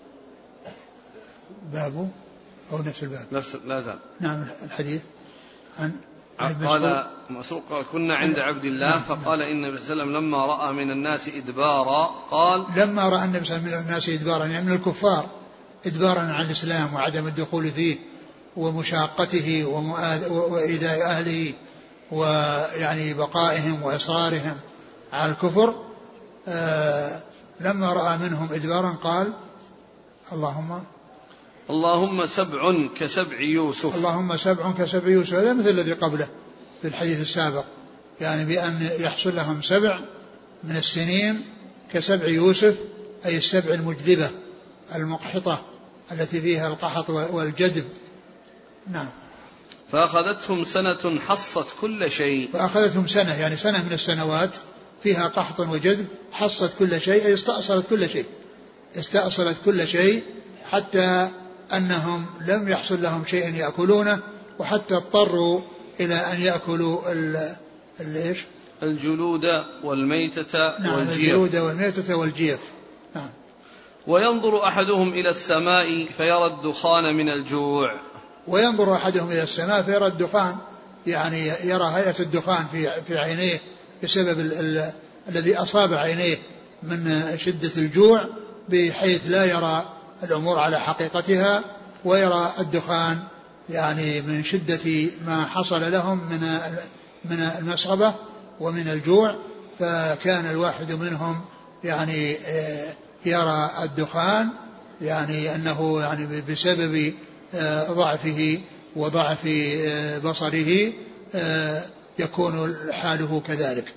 [SPEAKER 2] بابه أو نفس الباب
[SPEAKER 1] نفس لا زال.
[SPEAKER 2] نعم. الحديث عن
[SPEAKER 1] قال مسروق كنا عند عبد الله نعم. فقال إن النبي صلى الله عليه وسلم لما رأى من الناس إدبارا قال لما
[SPEAKER 2] رأى النبي صلى الله عليه وسلم من الناس إدبارا يعني من الكفار إدبارا عن الإسلام وعدم الدخول فيه ومشاقته وإيذاء أهله ويعني بقائهم وإصرارهم على الكفر، آه لما رأى منهم إدبارا قال اللهم
[SPEAKER 1] اللهم سبع كسبع يوسف
[SPEAKER 2] اللهم سبع كسبع يوسف. هذا مثل الذي قبله في الحديث السابق، يعني بأن يحصل لهم سبع من السنين كسبع يوسف، أي السبع المجذبة المقحطة التي فيها القحط والجدب. نعم.
[SPEAKER 1] فأخذتهم سنة حصت كل شيء
[SPEAKER 2] فأخذتهم سنة يعني سنة من السنوات فيها قحط وجدب، حصت كل شيء أي استأصلت كل شيء استأصلت كل شيء حتى أنهم لم يحصل لهم شيء يأكلونه، وحتى اضطروا إلى أن يأكلوا ال ال
[SPEAKER 1] الجلود والميتة
[SPEAKER 2] نعم
[SPEAKER 1] والجيف.
[SPEAKER 2] الجلود والميتة والجيف. نعم.
[SPEAKER 1] وينظر أحدهم إلى السماء فيرى الدخان من الجوع.
[SPEAKER 2] وينظر أحدهم إلى السماء فيرى الدخان، يعني يرى هيئة الدخان في في عينيه بسبب ال ال الذي أصاب عينيه من شدة الجوع، بحيث لا يرى الأمور على حقيقتها، ويرى الدخان يعني من شدة ما حصل لهم من من المسغبة ومن الجوع. فكان الواحد منهم يعني يرى الدخان، يعني أنه يعني بسبب ضعفه وضعف بصره يكون حاله كذلك.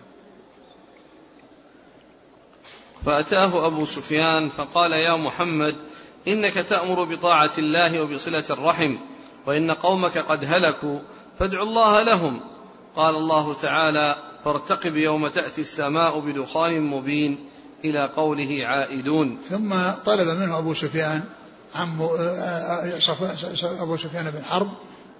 [SPEAKER 1] فأتاه أبو سفيان فقال: يا محمد، إنك تأمر بطاعة الله وبصلة الرحم، وإن قومك قد هلكوا، فادعوا الله لهم. قال الله تعالى: فارتقب يوم تأتي السماء بدخان مبين، إلى قوله عائدون.
[SPEAKER 2] ثم طلب منه أبو سفيان عم أبو سفيان بن حرب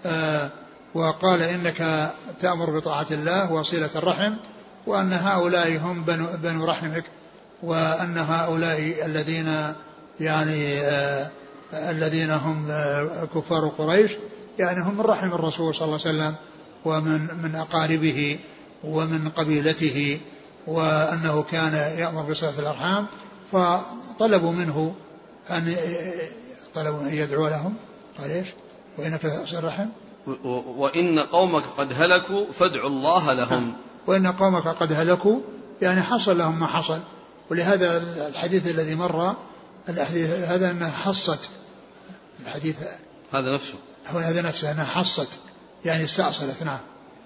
[SPEAKER 2] وقال: إنك تأمر بطاعة الله وصلة الرحم، وأن هؤلاء هم بنو, بنو رحمك، وأن هؤلاء الذين يعني آه الذين هم آه كفار قريش يعني هم من رحم الرسول صلى الله عليه وسلم ومن من أقاربه ومن قبيلته، وأنه كان يأمر بصلة الأرحام. فطلبوا منه أن طلبوا أن يدعو لهم. قال إيش؟ وإنك تصل الرحم
[SPEAKER 1] وإن قومك قد هلكوا فادعوا الله لهم.
[SPEAKER 2] وإن قومك قد هلكوا يعني حصل لهم ما حصل. ولهذا الحديث الذي مر الحديث هذا أنها حصت الحديث
[SPEAKER 1] هذا نفسه
[SPEAKER 2] هو هذا نفسه أنها حصت يعني استأصلت. نعم.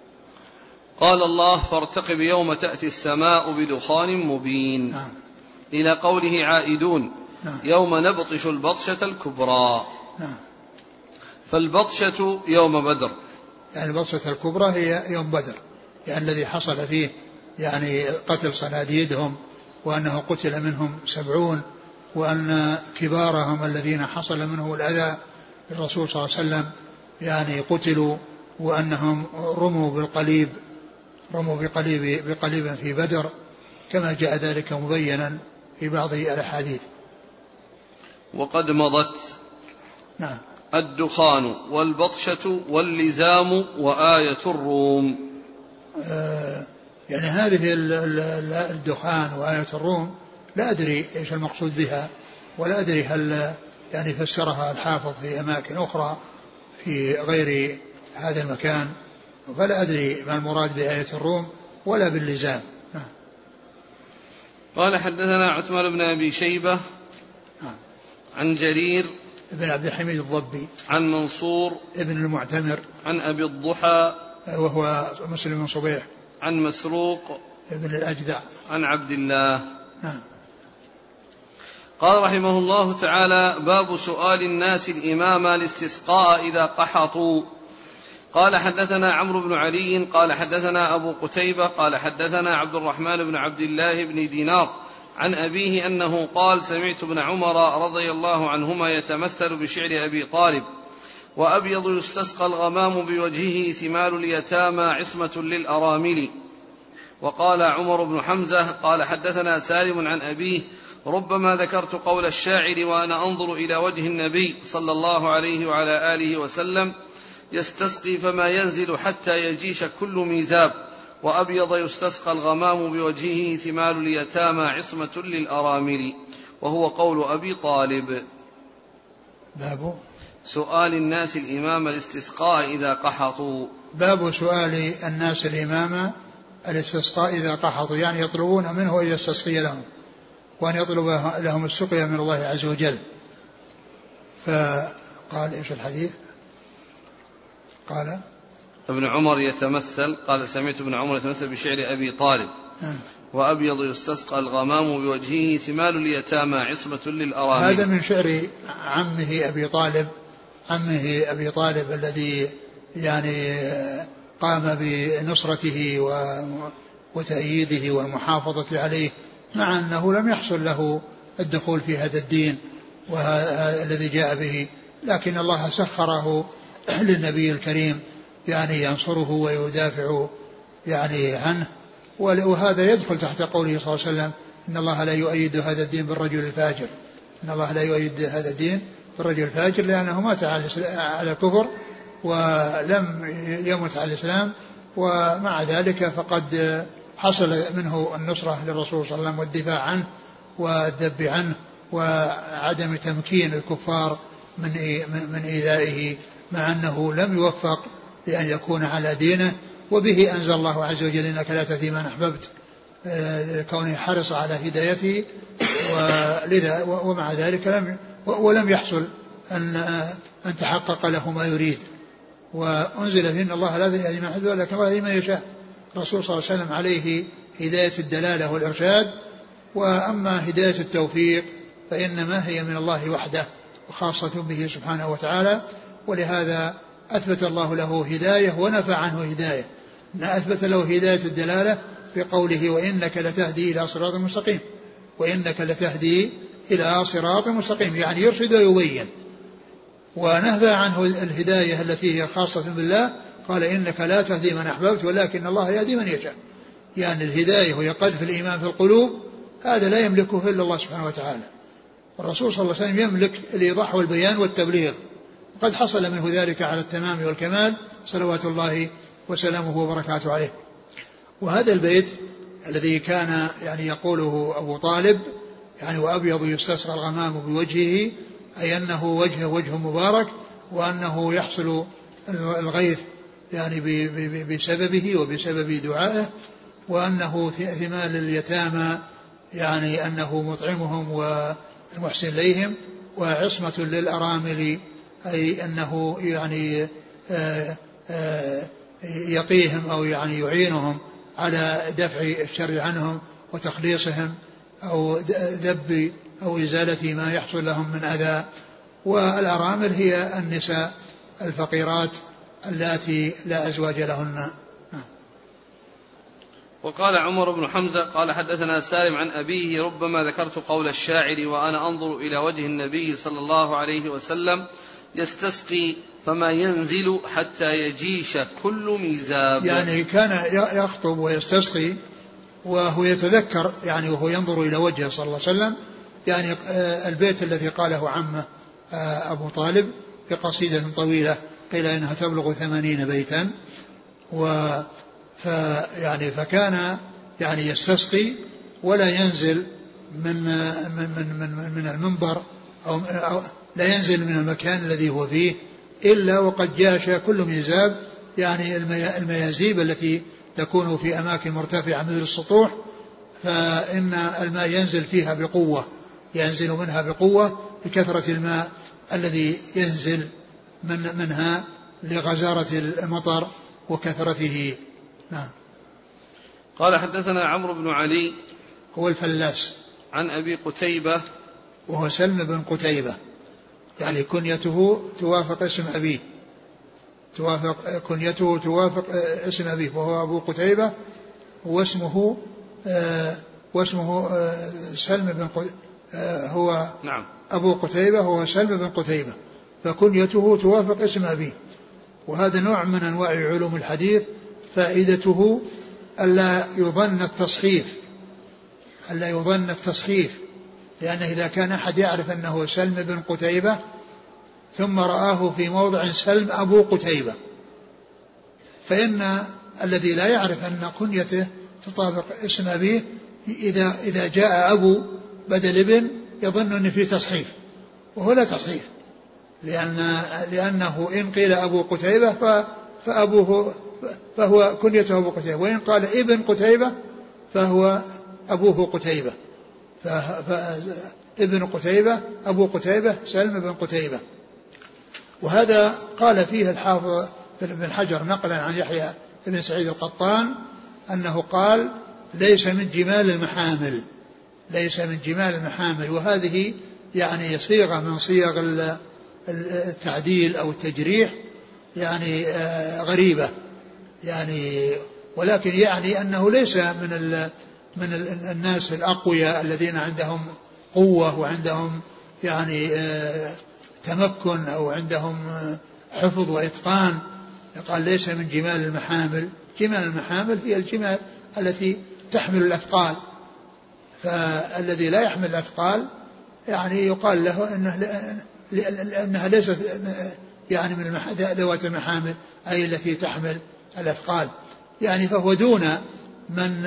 [SPEAKER 1] قال الله: فارتقب يوم تأتي السماء بدخان مبين.
[SPEAKER 2] نعم.
[SPEAKER 1] إلى قوله عائدون.
[SPEAKER 2] نعم.
[SPEAKER 1] يوم نبطش البطشة الكبرى.
[SPEAKER 2] نعم.
[SPEAKER 1] فالبطشة يوم بدر،
[SPEAKER 2] يعني البطشة الكبرى هي يوم بدر، يعني الذي حصل فيه يعني قتل صناديدهم، وأنه قتل منهم سبعون، وأن كبارهم الذين حصل منهم الأذى الرسول صلى الله عليه وسلم يعني قتلوا، وأنهم رموا بالقليب رموا بقليب بقليب في بدر، كما جاء ذلك مبينا في بعض الأحاديث.
[SPEAKER 1] وقد مضت.
[SPEAKER 2] نعم.
[SPEAKER 1] الدخان والبطشة واللزام وآية الروم.
[SPEAKER 2] آه يعني هذه الدخان وآية الروم لا أدري إيش المقصود بها، ولا أدري هل يعني فسرها الحافظ في أماكن أخرى في غير هذا المكان، فلا أدري ما المراد بآية الروم ولا باللزام.
[SPEAKER 1] قال: حدثنا عثمان بن أبي شيبة عن جرير
[SPEAKER 2] ابن عبد الحميد الضبي
[SPEAKER 1] عن منصور
[SPEAKER 2] ابن المعتمر
[SPEAKER 1] عن أبي الضحى
[SPEAKER 2] وهو مسلم بن صبيح
[SPEAKER 1] عن مسروق
[SPEAKER 2] ابن الأجدع
[SPEAKER 1] عن عبد الله.
[SPEAKER 2] نعم.
[SPEAKER 1] قال رحمه الله تعالى: باب سؤال الناس الإمام الاستسقاء إذا قحطوا. قال: حدثنا عمرو بن علي قال حدثنا أبو قتيبة قال حدثنا عبد الرحمن بن عبد الله بن دينار عن أبيه أنه قال: سمعت ابن عمر رضي الله عنهما يتمثل بشعر أبي طالب: وأبيض يستسقى الغمام بوجهه ثمال اليتامى عصمة للأرامل. وقال عمر بن حمزة قال حدثنا سالم عن أبيه: ربما ذكرت قول الشاعر وأنا أنظر إلى وجه النبي صلى الله عليه وعلى آله وسلم يستسقي فما ينزل حتى يجيش كل ميزاب، وأبيض يستسقى الغمام بوجهه ثمال اليتامى عصمة للأرامل، وهو قول أبي طالب.
[SPEAKER 2] باب
[SPEAKER 1] سؤال الناس الإمام الاستسقاء إذا قحطوا.
[SPEAKER 2] باب سؤال الناس الإمام الاستسقاء إذا قحطوا، يعني يطلبون منه أن يستسقي لهم وأن يطلب لهم السقيا من الله عز وجل. فقال إيش الحديث؟ قال
[SPEAKER 1] ابن عمر يتمثل قال سمعت ابن عمر يتمثل بشعر أبي طالب: وأبيض يستسقى الغمام بوجهه ثمال اليتامى عصمة للأرامل.
[SPEAKER 2] هذا من شعر عمه أبي طالب عمه أبي طالب الذي يعني قام بنصرته وتأييده والمحافظة عليه، مع أنه لم يحصل له الدخول في هذا الدين والذي جاء به، لكن الله سخره للنبي الكريم يعني ينصره ويدافع يعني عنه. وهذا يدخل تحت قوله صلى الله عليه وسلم إن الله لا يؤيد هذا الدين بالرجل الفاجر، إن الله لا يؤيد هذا الدين بالرجل الفاجر، لأنه مات على الكفر ولم يمت على الإسلام، ومع ذلك فقد حصل منه النصرة للرسول صلى الله عليه وسلم والدفاع عنه والذب عنه وعدم تمكين الكفار من من إيذائه، مع أنه لم يوفق لأن يكون على دينه. وبه أنزل الله عز وجل إنك لا تهدي من أحببت، كونه حرص على هدايته، ولذا ومع ذلك لم ولم يحصل أن أن تحقق له ما يريد. وأنزل فيه إن الله لا يهدي من أحببت ولكن الله يهدي من يشاء. الرسول صلى الله عليه وسلم عليه هداية الدلالة والإرشاد، وأما هداية التوفيق فإنما هي من الله وحده وخاصة به سبحانه وتعالى. ولهذا أثبت الله له هداية ونفى عنه هداية، أثبت له هداية الدلالة في قوله وإنك لتهدي إلى صراط مستقيم، وإنك لتهدي إلى صراط مستقيم، يعني يرشد ويبين. ونهى عنه الهداية التي هي خاصة بالله، قال إنك لا تهدي من أحببت ولكن الله يهدي من يشاء. يعني الهداية وهي قذف الإيمان في القلوب هذا لا يملكه إلا الله سبحانه وتعالى. الرسول صلى الله عليه وسلم يملك الإيضاح والبيان والتبليغ، قد حصل منه ذلك على التمام والكمال صلوات الله وسلامه وبركاته عليه. وهذا البيت الذي كان يعني يقوله أبو طالب يعني وأبيض يستسقى الغمام بوجهه، أي أنه وجهه وجه مبارك، وأنه يحصل الغيث يعني بسببه وبسبب دعائه، وأنه ثمال اليتامى يعني أنه مطعمهم والمحسن إليهم، وعصمة للأرامل أي أنه يعني آآ آآ يقيهم أو يعني يعينهم على دفع الشر عنهم وتخليصهم أو ذب أو إزالة ما يحصل لهم من أذى. والأرامل هي النساء الفقيرات اللاتي لا أزواج لهن.
[SPEAKER 1] وقال عمر بن حمزة قال حدثنا سالم عن أبيه ربما ذكرت قول الشاعر وأنا أنظر إلى وجه النبي صلى الله عليه وسلم يستسقي فما ينزل حتى يجيش كل ميزاب.
[SPEAKER 2] يعني كان يخطب ويستسقي وهو يتذكر يعني وهو ينظر إلى وجهه صلى الله عليه وسلم، يعني البيت الذي قاله عمه أبو طالب في قصيدة طويلة قيل إنها تبلغ ثمانين بيتا. و فيعني فكان يعني يستسقي ولا ينزل من من من من المنبر أو, أو لا ينزل من المكان الذي هو فيه إلا وقد جاش كل ميزاب، يعني الميازيب التي تكون في أماكن مرتفعة مثل السطوح، فإن الماء ينزل فيها بقوة، ينزل منها بقوة بكثرة الماء الذي ينزل من منها لغزارة المطر وكثرته. نعم.
[SPEAKER 1] قال حدثنا عمرو بن علي
[SPEAKER 2] هو الفلاس
[SPEAKER 1] عن أبي قتيبة
[SPEAKER 2] وهو سلم بن قتيبة، يعني كنيته توافق اسم أبيه، توافق كنيته توافق اسم أبيه، وهو أبو قتيبة واسمه آه واسمه آه سلم بن قتيبة آه هو
[SPEAKER 1] نعم
[SPEAKER 2] أبو قتيبة هو سلم بن قتيبة، فكنيته توافق اسم أبيه. وهذا نوع من أنواع علوم الحديث فائدته ألا يظن التصحيف، ألا يظن التصحيف، لأنه إذا كان أحد يعرف أنه سلم بن قتيبة ثم رآه في موضع سلم أبو قتيبة، فإن الذي لا يعرف أن كنيته تطابق اسم أبيه إذا, إذا جاء أبو بدل ابن يظن أن فيه تصحيف، وهو لا تصحيف، لأن لأنه إن قيل أبو قتيبة فأبوه فهو كنيته أبو قتيبة، وإن قال ابن قتيبة فهو أبوه قتيبة، فابن قتيبة أبو قتيبة سلم بن قتيبة. وهذا قال فيه الحافظ بن حجر نقلا عن يحيى بن سعيد القطان أنه قال ليس من جمال المحامل، ليس من جمال المحامل، وهذه يعني صيغة من صيغ التعديل أو التجريح يعني غريبة، يعني ولكن يعني أنه ليس من ال من الناس الأقوياء الذين عندهم قوة وعندهم يعني تمكن أو عندهم حفظ وإتقان. قال ليس من جمال المحامل. جمال المحامل هي الجمال التي تحمل الأثقال، فالذي لا يحمل الأثقال يعني يقال له إنه لأنها ليست يعني من ذوات المحامل، أي التي تحمل الأثقال، يعني فهو دون من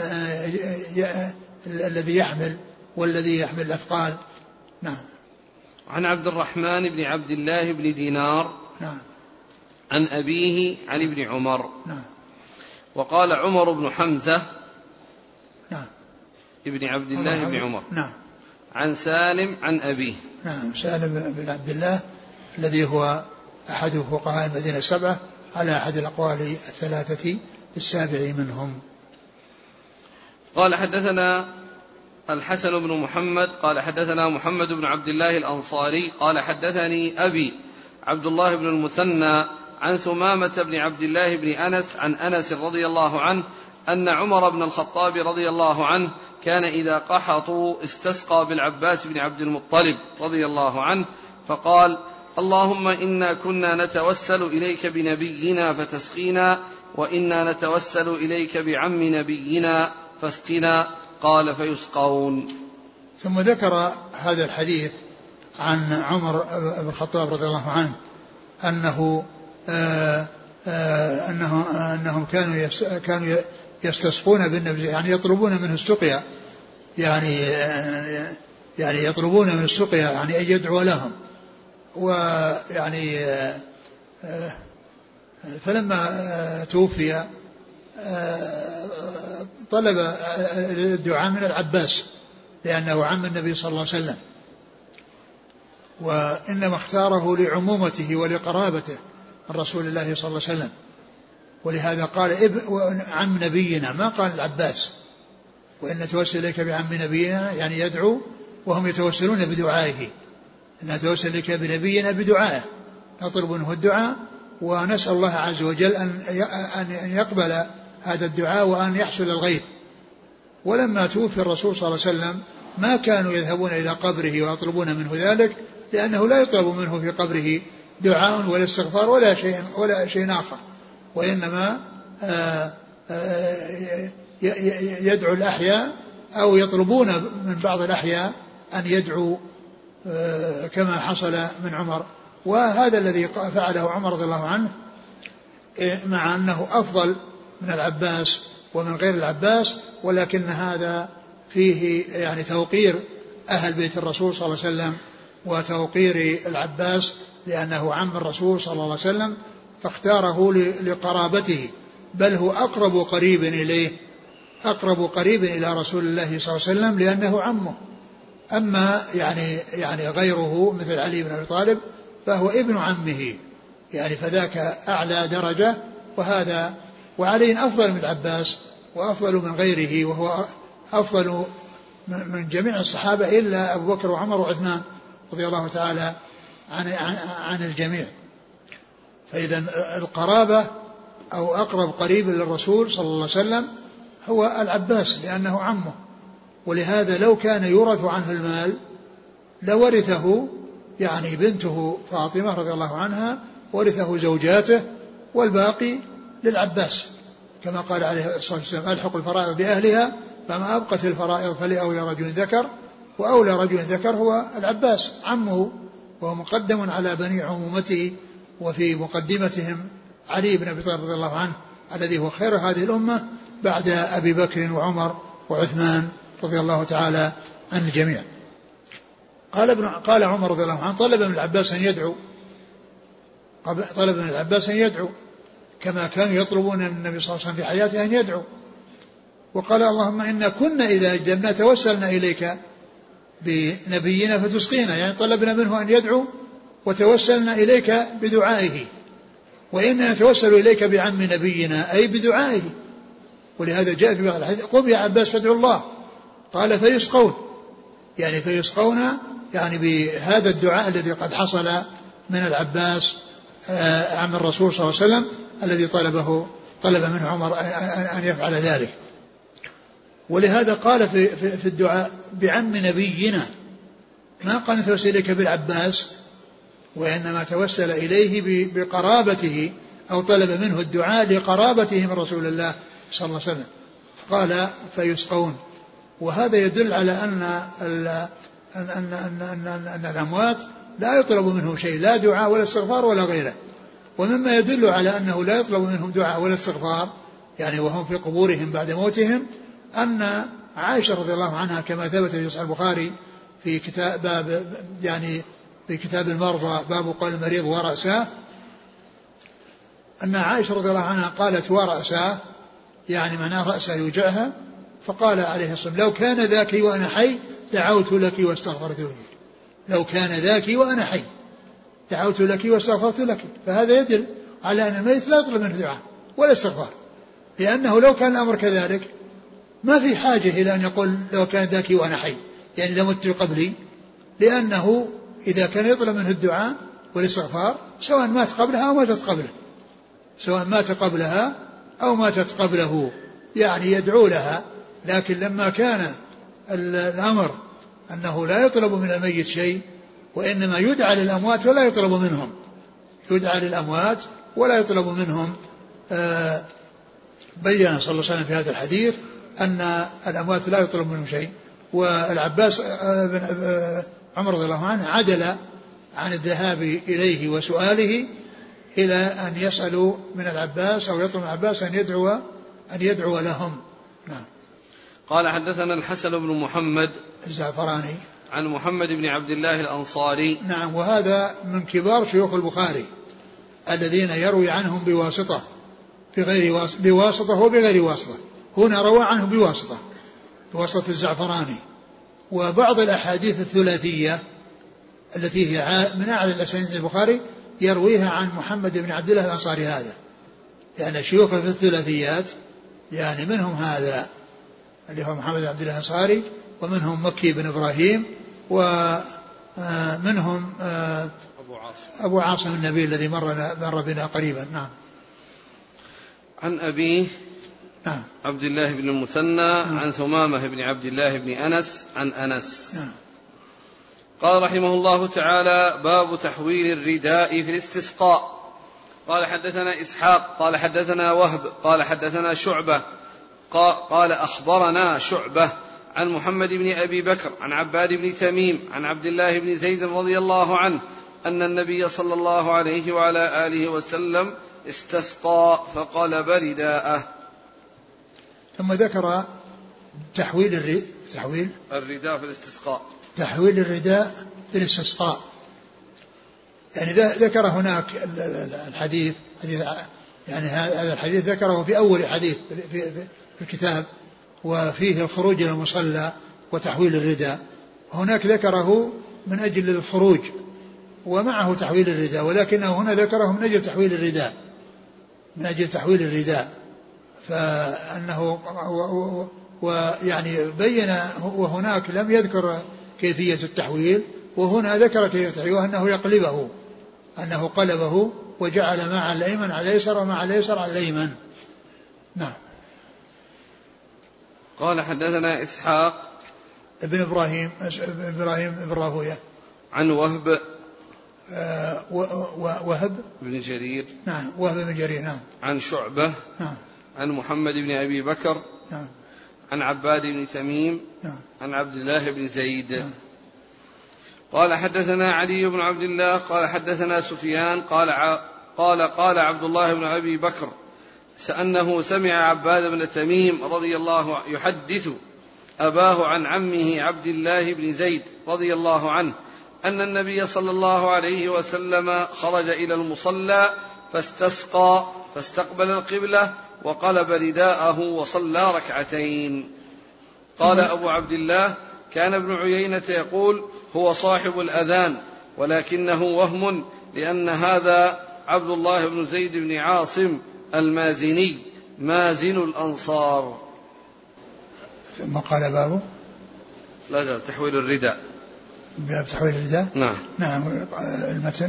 [SPEAKER 2] الذي يحمل والذي يحمل الأثقال. نعم.
[SPEAKER 1] عن عبد الرحمن بن عبد الله بن دينار
[SPEAKER 2] نعم.
[SPEAKER 1] عن أبيه عن ابن عمر.
[SPEAKER 2] نعم.
[SPEAKER 1] وقال عمر بن حمزة
[SPEAKER 2] نعم.
[SPEAKER 1] ابن عبد الله بن عمر.
[SPEAKER 2] نعم.
[SPEAKER 1] عن سالم عن أبيه.
[SPEAKER 2] نعم. سالم بن عبد الله الذي هو أحد فقهاء المدينة السبعة على أحد الأقوال الثلاثة السابع منهم.
[SPEAKER 1] قال حدثنا الحسن بن محمد قال حدثنا محمد بن عبد الله الأنصاري قال حدثني أبي عبد الله بن المثنى عن ثمامة بن عبد الله بن أنس عن أنس رضي الله عنه أن عمر بن الخطاب رضي الله عنه كان إذا قحطوا استسقى بالعباس بن عبد المطلب رضي الله عنه فقال: اللهم إنا كنا نتوسل إليك بنبينا فتسقينا، وإنا نتوسل إليك بعم نبينا فاسقنا. قال: فيسقون.
[SPEAKER 2] ثم ذكر هذا الحديث عن عمر بن الخطاب رضي الله عنه أنه آآ آآ أنه أنهم كانوا كانوا يستسقون بالنبي، يعني يطلبون منه السقيا، يعني يعني يطلبون من السقيا يعني أن يدعو لهم. ويعني فلما توفي طلب الدعاء من العباس لأنه عم النبي صلى الله عليه وسلم، وإنما اختاره لعمومته ولقرابته من رسول الله صلى الله عليه وسلم، ولهذا قال ابن عم نبينا، ما قال العباس. وإن نتوسل إليك بعم نبينا يعني يدعو، وهم يتوسلون بدعائه، إن نتوسل إليك بنبينا بدعائه، نطلب منه الدعاء ونسأل الله عز وجل أن يقبل هذا الدعاء وأن يحصل الغيث. ولما توفي الرسول صلى الله عليه وسلم ما كانوا يذهبون إلى قبره ويطلبون منه ذلك، لأنه لا يطلب منه في قبره دعاء ولا استغفار ولا شيء ولا شيء آخر، وإنما يدعو الأحياء أو يطلبون من بعض الأحياء أن يدعو كما حصل من عمر. وهذا الذي فعله عمر رضي الله عنه، مع أنه أفضل من العباس ومن غير العباس، ولكن هذا فيه يعني توقير أهل بيت الرسول صلى الله عليه وسلم وتوقير العباس، لأنه عم الرسول صلى الله عليه وسلم فاختاره لقرابته، بل هو أقرب قريب إليه، أقرب قريب إلى رسول الله صلى الله عليه وسلم لأنه عمه. أما يعني يعني غيره مثل علي بن أبي طالب فهو ابن عمه، يعني فذاك أعلى درجة، وهذا وعلي أفضل من العباس وأفضل من غيره، وهو أفضل من جميع الصحابة إلا أبو بكر وعمر وعثمان رضي الله تعالى عن, عن, عن الجميع. فإذا القرابة أو أقرب قريب للرسول صلى الله عليه وسلم هو العباس لأنه عمه، ولهذا لو كان يورث عنه المال لورثه يعني بنته فاطمة رضي الله عنها، ورثه زوجاته والباقي للعباس، كما قال عليه الصلاة والسلام: ألحق الفرائض بأهلها فما أبقت الفرائض فلأولى رجل ذكر، وأولى رجل ذكر هو العباس عمه، وهو مقدم على بني عمومته، وفي مقدمتهم علي بن أبي طالب رضي الله عنه الذي هو خير هذه الأمة بعد أبي بكر وعمر وعثمان رضي الله تعالى عن الجميع. قال ابن قال عمر رضي الله عنه: طلب من العباس أن يدعو، طلب من العباس أن يدعو كما كانوا يطلبون من النبي صلى الله عليه وسلم في حياته أن يدعو، وقال: اللهم إنا كنا إذا أجدبنا توسلنا إليك بنبينا فتسقينا، يعني طلبنا منه أن يدعو وتوسلنا إليك بدعائه، وإننا نتوسل إليك بعم نبينا أي بدعائه. ولهذا جاء في بعض الحديث: قم يا عباس فادعو الله. قال: فيسقون، يعني فيسقون يعني بهذا الدعاء الذي قد حصل من العباس عم الرسول صلى الله عليه وسلم الذي طلبه طلب منه عمر أن يفعل ذلك. ولهذا قال في, في, في الدعاء: بعم نبينا، ما قال توسل إليك بالعباس، وإنما توسل إليه بقرابته أو طلب منه الدعاء لقرابته من رسول الله صلى الله عليه وسلم، قال فيسقون. وهذا يدل على أن أن أن أن أن, أن الأموات لا يطلب منهم شيء، لا دعاء ولا استغفار ولا غيره. ومما يدل على أنه لا يطلب منهم دعاء ولا استغفار يعني وهم في قبورهم بعد موتهم أن عائشة رضي الله عنها كما ثبت في صحيح البخاري في كتاب باب يعني في كتاب المرضى باب قول المريض ورأساه، أن عائشة رضي الله عنها قالت ورأساه يعني معناه رأسه يوجعها، فقال عليه الصلاة والسلام لو كان ذاك وأنا حي دعوت لك واستغفرت لك، لو كان ذاك وأنا حي دعوت لك واستغفرت لك. فهذا يدل على أن الميت لا يطلب منه دعاء ولا استغفار، لأنه لو كان الأمر كذلك ما في حاجة إلى أن يقول لو كان ذاك وأنا حي يعني لمت قبلي، لأنه إذا كان يطلب منه الدعاء والاستغفار سواء مات قبلها أو ماتت قبله سواء مات قبلها أو ماتت قبله يعني يدعو لها. لكن لما كان الأمر أنه لا يطلب من الميت شيء وإنما يدعى للأموات ولا يطلب منهم، يدعى للأموات ولا يطلب منهم، آه بيّن صلى الله عليه وسلم في هذا الحديث أن الأموات لا يطلب منهم شيء. والعباس بن عمر رضي الله عنه عدل عن الذهاب إليه وسؤاله إلى أن يسألوا من العباس أو يطلب من العباس أن يدعو أن يدعو لهم. نعم.
[SPEAKER 1] قال حدثنا الحسن بن محمد
[SPEAKER 2] الزعفراني
[SPEAKER 1] عن محمد بن عبد الله الأنصاري.
[SPEAKER 2] نعم. وهذا من كبار شيوخ البخاري الذين يروي عنهم بواسطة بغير واسطة بواسطة وبغير واسطة. هنا روى عنه بواسطة بواسطة الزعفراني. وبعض الأحاديث الثلاثية التي هي من أعلى الأسانيد البخاري يرويها عن محمد بن عبد الله الأنصاري هذا، لأن شيوخه في الثلاثيات يعني منهم هذا اللي هو محمد بن عبد الله الأنصاري، ومنهم مكي بن إبراهيم، ومنهم
[SPEAKER 1] أبو عاصم
[SPEAKER 2] أبو عاصم النبيل الذي مر مر بنا قريبا. نعم.
[SPEAKER 1] عن أبيه
[SPEAKER 2] نعم.
[SPEAKER 1] عبد الله بن المثنى نعم. عن ثمامة بن عبد الله بن أنس عن أنس
[SPEAKER 2] نعم.
[SPEAKER 1] قال رحمه الله تعالى باب تحويل الرداء في الاستسقاء. قال حدثنا إسحاق قال حدثنا وهب قال حدثنا شعبة قال أخبرنا شعبة عن محمد بن أبي بكر عن عباد بن تميم عن عبد الله بن زيد رضي الله عنه أن النبي صلى الله عليه وعلى آله وسلم استسقى فقلب رداءه.
[SPEAKER 2] ثم ذكر تحويل الرداء تحويل
[SPEAKER 1] الرداء في الاستسقاء
[SPEAKER 2] تحويل الرداء في الاستسقاء. يعني ذكر هناك الحديث حديث يعني هذا الحديث ذكره في أول حديث في, في, في الكتاب، وفيه الخروج إلى المصلى وتحويل الرداء. هناك ذكره من أجل الخروج ومعه تحويل الرداء، ولكنه هنا ذكره من أجل تحويل الرداء من أجل تحويل الرداء فأنه ويعني بين، وهناك لم يذكر كيفية التحويل، وهنا ذكر كيفية التحويل وأنه يقلبه، أنه قلبه وجعل مع الأيمن على اليسر ومع اليسر على الأيمن. نعم.
[SPEAKER 1] قال حدثنا إسحاق
[SPEAKER 2] ابن إبراهيم إبراهيم بن راهويه
[SPEAKER 1] عن وهب
[SPEAKER 2] آه وهب
[SPEAKER 1] بن جرير.
[SPEAKER 2] نعم. وهب بن جرير. نعم.
[SPEAKER 1] عن شعبة.
[SPEAKER 2] نعم.
[SPEAKER 1] عن محمد بن أبي بكر.
[SPEAKER 2] نعم.
[SPEAKER 1] عن عباد بن تميم.
[SPEAKER 2] نعم.
[SPEAKER 1] عن عبد الله بن زيد.
[SPEAKER 2] نعم.
[SPEAKER 1] قال حدثنا علي بن عبد الله قال حدثنا سفيان قال قال قال عبد الله بن أبي بكر أنه سمع عباد بن تميم رضي الله يحدث أباه عن عمه عبد الله بن زيد رضي الله عنه أن النبي صلى الله عليه وسلم خرج إلى المصلى فاستسقى فاستقبل القبلة وقلب رداءه وصلى ركعتين. قال أبو عبد الله كان ابن عيينة يقول هو صاحب الأذان ولكنه وهم، لأن هذا عبد الله بن زيد بن عاصم المازني مازن الأنصار.
[SPEAKER 2] ثم قال بابه
[SPEAKER 1] لا زال تحويل الرداء.
[SPEAKER 2] باب تحويل الرداء.
[SPEAKER 1] نعم.
[SPEAKER 2] نعم. المتن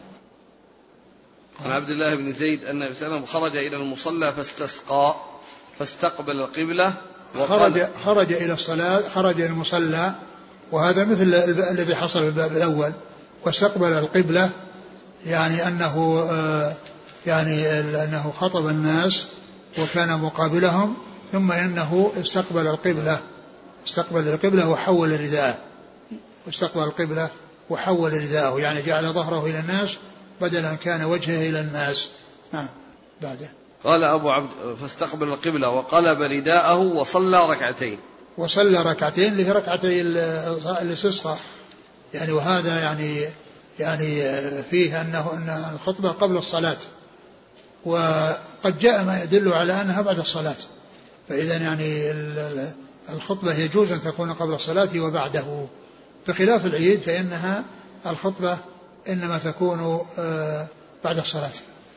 [SPEAKER 1] عن عبد الله بن زيد أن النبي صلى الله عليه وسلم خرج إلى المصلى فاستسقى فاستقبل القبلة
[SPEAKER 2] خرج خرج إلى الصلاة خرج إلى المصلى وهذا مثل الذي حصل في الباب الأول. واستقبل القبلة يعني أنه يعني أنه خطب الناس وكان مقابلهم، ثم إنه استقبل القبلة استقبل القبلة وحول رداءه واستقبل القبلة وحول رداءه، يعني جعل ظهره إلى الناس بدلا كان وجهه إلى الناس. نعم. بعده
[SPEAKER 1] قال أبو عبد فاستقبل القبلة وقلب رداءه وصلى ركعتين
[SPEAKER 2] وصلى ركعتين اللي هي ركعتي الاستسقاء يعني. وهذا يعني يعني فيه أنه أن الخطبة قبل الصلاة، وقد جاء ما يدل على أنها بعد الصلاة، فإذا يعني الخطبة يجوز أن تكون قبل الصلاة وبعده، بخلاف العيد فإنها الخطبة إنما تكون بعد الصلاة.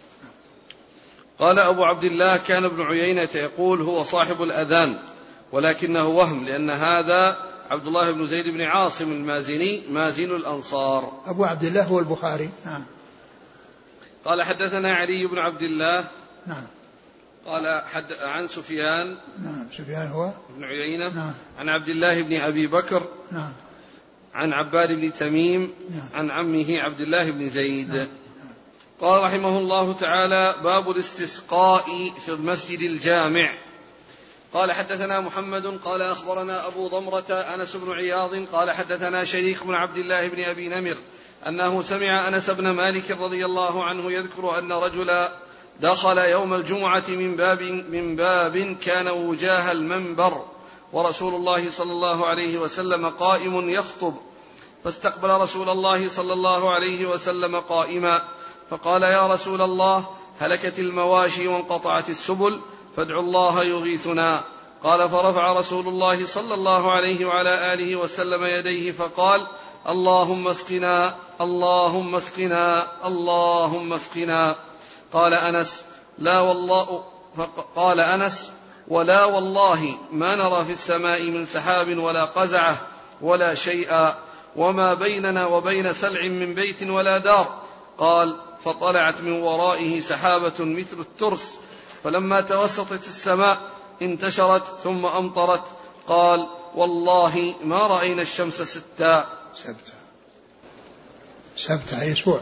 [SPEAKER 1] قال أبو عبد الله كان ابن عيينة يقول هو صاحب الأذان ولكنه وهم، لأن هذا عبد الله بن زيد بن عاصم المازني مازن الأنصار.
[SPEAKER 2] أبو عبد الله هو البخاري. نعم.
[SPEAKER 1] قال حدثنا علي بن عبد الله.
[SPEAKER 2] نعم.
[SPEAKER 1] قال حد عن سفيان.
[SPEAKER 2] نعم. سفيان هو
[SPEAKER 1] ابن عيينة.
[SPEAKER 2] نعم.
[SPEAKER 1] عن عبد الله بن أبي بكر.
[SPEAKER 2] نعم.
[SPEAKER 1] عن عباد بن تميم.
[SPEAKER 2] نعم.
[SPEAKER 1] عن عمه عبد الله بن زيد.
[SPEAKER 2] نعم.
[SPEAKER 1] قال رحمه الله تعالى باب الاستسقاء في المسجد الجامع. قال حدثنا محمد قال أخبرنا أبو ضمرة أنس بن عياض قال حدثنا شريك بن عبد الله بن أبي نمر أنه سمع أنس بن مالك رضي الله عنه يذكر أن رجلا دخل يوم الجمعة من باب, من باب كان وجاه المنبر ورسول الله صلى الله عليه وسلم قائم يخطب، فاستقبل رسول الله صلى الله عليه وسلم قائما فقال يا رسول الله هلكت المواشي وانقطعت السبل فادعوا الله يغيثنا. قال فرفع رسول الله صلى الله عليه وعلى آله وسلم يديه فقال اللهم اسقنا اللهم اسقنا اللهم اسقنا. قال أنس لا والله قال أنس ولا والله ما نرى في السماء من سحاب ولا قزعة ولا شيئا وما بيننا وبين سلع من بيت ولا دار. قال فطلعت من ورائه سحابة مثل الترس فلما توسطت السماء انتشرت ثم أمطرت. قال والله ما رأينا الشمس ستا
[SPEAKER 2] سبتا سبتا أي أسبوع.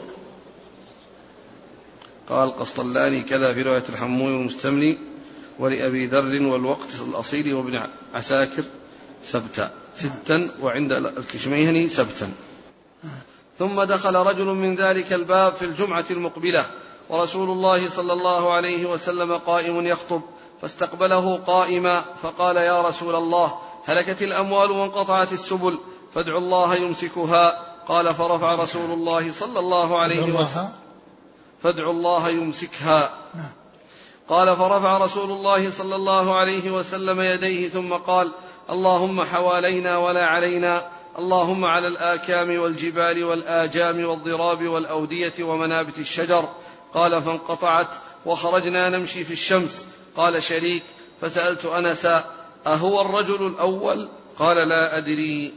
[SPEAKER 1] قال قسطلاني كذا في رواية الحموي والمستملي ولأبي ذر والوقت الأصيل وابن عساكر سبتا ستا وعند الكشميهني سبتا. ثم دخل رجل من ذلك الباب في الجمعة المقبلة ورسول الله صلى الله عليه وسلم قائم يخطب، فاستقبله قائما فقال يا رسول الله هلكت الأموال وانقطعت السبل فادعوا الله يمسكها. قال فرفع رسول الله صلى الله عليه وسلم فادعوا الله يمسكها. قال فرفع رسول الله صلى الله عليه وسلم يديه ثم قال اللهم حوالينا ولا علينا، اللهم على الآكام والجبال والآجام والضراب والأودية ومنابت الشجر. قال فانقطعت وخرجنا نمشي في الشمس. قال شريك فسألت أنسا أهو الرجل الأول؟ قال لا أدري.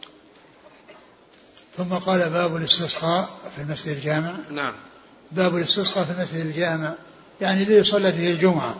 [SPEAKER 2] ثم قال باب الاستسقاء في المسجد الجامع.
[SPEAKER 1] نعم.
[SPEAKER 2] باب الاستسقاء في المسجد الجامع يعني الذي يصلى فيه الجمعة،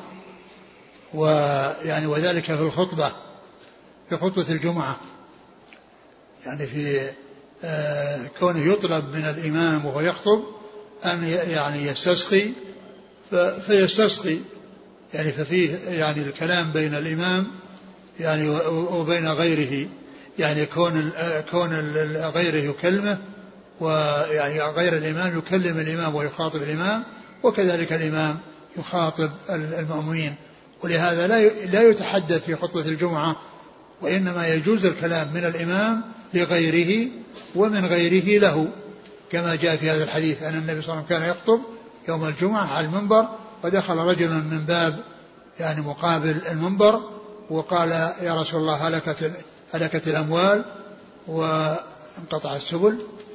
[SPEAKER 2] ويعني وذلك في الخطبة في خطبة الجمعة، يعني في آه كونه يطلب من الإمام وهو يخطب أن يعني يستسقي فيستسقي، يعني ففيه يعني الكلام بين الإمام يعني وبين غيره، يعني كون كون غيره يكلمه ويعني غير الإمام يكلم الإمام ويخاطب الإمام، وكذلك الإمام يخاطب المأمومين. ولهذا لا لا يتحدث في خطبة الجمعة، وإنما يجوز الكلام من الإمام لغيره ومن غيره له، كما جاء في هذا الحديث أن النبي صلى الله عليه وسلم كان يخطب يوم الجمعة على المنبر ودخل رجل من باب يعني مقابل المنبر وقال يا رسول الله هلكت هلكت الأموال وانقطعت السبل.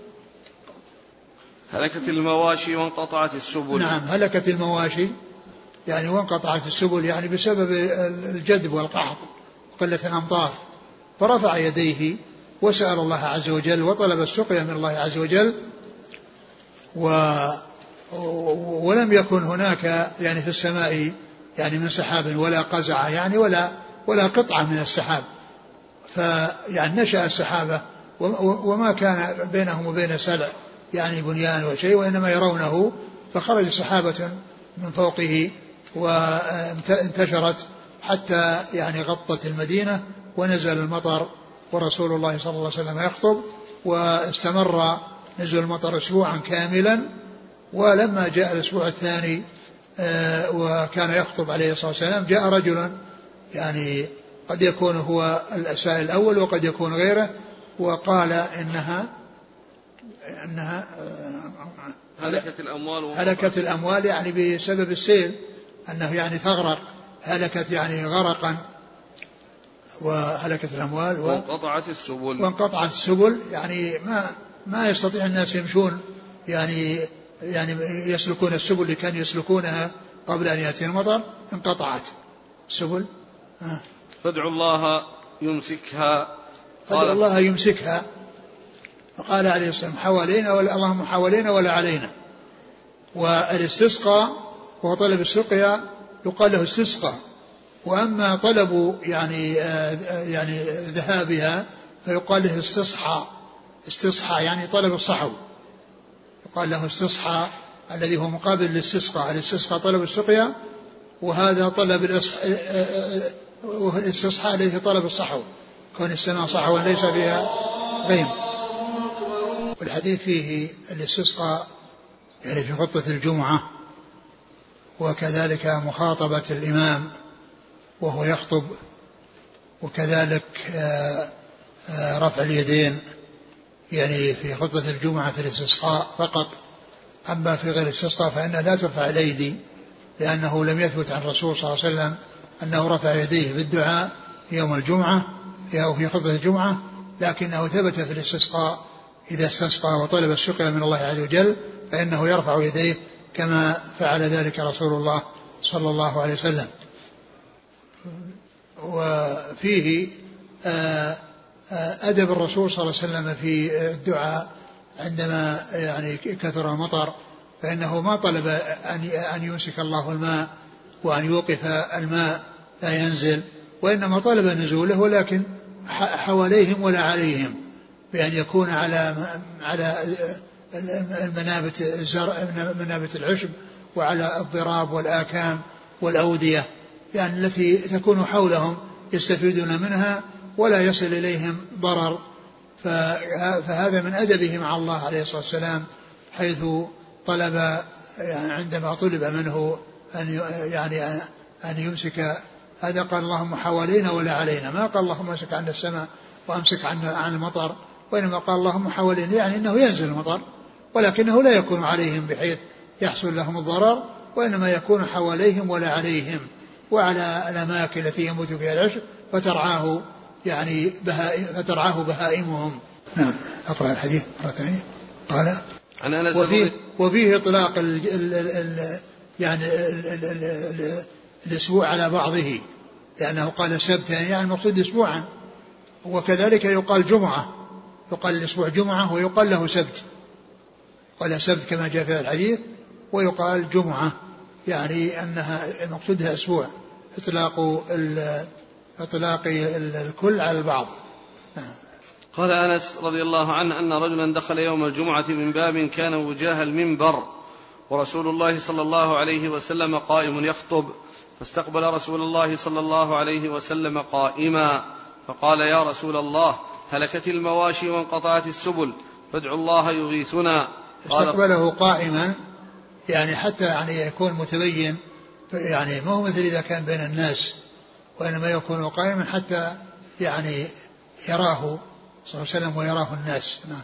[SPEAKER 1] هلكت المواشي وانقطعت السبل.
[SPEAKER 2] نعم هلكت المواشي يعني وانقطعت السبل، يعني بسبب الجدب والقحط وقلة الأمطار. فرفع يديه وسأل الله عز وجل وطلب السقيا من الله عز وجل، و ولم يكن هناك يعني في السماء يعني من سحاب ولا قزعة يعني ولا ولا قطعة من السحاب، فيعني نشأ السحابة وما كان بينهم وبين سلع يعني بنيان وشيء، وإنما يرونه. فخرج صحابة من فوقه وانتشرت حتى يعني غطت المدينة، ونزل المطر ورسول الله صلى الله عليه وسلم يخطب، واستمر نزل المطر أسبوعا كاملا. ولما جاء الأسبوع الثاني وكان يخطب عليه الصلاة والسلام، جاء رجل يعني قد يكون هو السائل الأول وقد يكون غيره، وقال إنها إنها
[SPEAKER 1] هلكت الأموال
[SPEAKER 2] هلكت الأموال يعني بسبب السيل، أنه يعني تغرق، هلكت يعني غرقا، وهلكت الأموال
[SPEAKER 1] وانقطعت السبل
[SPEAKER 2] وانقطعت السبل يعني ما ما يستطيع الناس يمشون يعني يعني يسلكون السبل اللي كانوا يسلكونها قبل أن يأتي المطر، انقطعت السبل. آه.
[SPEAKER 1] فادعوا الله يمسكها،
[SPEAKER 2] فادعوا الله يمسكها. فقال عليه الصلاة والسلام حوالينا ولا اللهم حوالينا ولا علينا. والاستسقاء وهو طلب السقيا يقال له استسقاء، وأما طلب يعني آه يعني ذهابها فيقال له استصحى. استصحى يعني طلب الصحو، يقال له استصحى الذي هو مقابل للاستسقاء. الاستسقاء طلب السقيا، وهذا طلب الاستصحاء الذي طلب الصحو، كون السماء صحوا ليس فيها غيم. والحديث فيه الاستسقاء يعني في خطبة الجمعة، وكذلك مخاطبة الإمام وهو يخطب، وكذلك رفع اليدين يعني في خطبة الجمعة في الاستسقاء فقط. أما في غير الاستسقاء فإنها لا ترفع الأيدي، لأنه لم يثبت عن الرسول صلى الله عليه وسلم أنه رفع يديه بالدعاء في يوم الجمعة أو في خطبة الجمعة، لكنه ثبت في الاستسقاء إذا استسقى وطلب السقيا من الله عز وجل فإنه يرفع يديه كما فعل ذلك رسول الله صلى الله عليه وسلم. وفيه أدب الرسول صلى الله عليه وسلم في الدعاء عندما يعني كثر المطر، فإنه ما طلب أن يمسك الله الماء وأن يوقف الماء لا ينزل، وإنما طلب نزوله، ولكن حواليهم ولا عليهم، بأن يكون على على المنابت الزرع منابت العشب وعلى الضراب والآكام والأودية يعني التي تكون حولهم يستفيدون منها ولا يصل إليهم ضرر. فهذا من أدبه مع الله عليه الصلاة والسلام، حيث طلب يعني عندما طلب منه أن يعني أن يمسك هذا قال اللهم حوالينا ولا علينا، ما قال اللهم امسك عن السماء وامسك عن عن المطر، وإنما قال اللهم حوالينا يعني أنه ينزل المطر ولكنه لا يكون عليهم بحيث يحصل لهم الضرر، وإنما يكون حواليهم ولا عليهم وعلى الأماكن التي يموت فيها العشب فترعاه يعني بهائم فترعاه بهائمهم. نعم. أقرأ الحديث مرة ثانية. قال وفيه, وفيه إطلاق ال ال ال يعني ال ال ال ال الأسبوع على بعضه، لأنه قال سبت يعني المقصود أسبوعا، وكذلك يقال جمعة، يقال الأسبوع جمعة ويقال له سبت، قال سبت كما جاء في الحديث، ويقال جمعة يعني أنها المقصودها أسبوع، إطلاق إطلاق الكل على البعض.
[SPEAKER 1] قال أنس رضي الله عنه أن رجلا دخل يوم الجمعة من باب كان وجاه المنبر ورسول الله صلى الله عليه وسلم قائم يخطب، فاستقبل رسول الله صلى الله عليه وسلم قائما فقال يا رسول الله هلكت المواشي وانقطعت السبل فادعوا الله يغيثنا.
[SPEAKER 2] استقبله قائما يعني حتى يعني يكون متبين، يعني ما هو مثل إذا كان بين الناس، وإنما يكون قائما حتى يعني يراه صلى الله عليه وسلم ويراه الناس. نعم.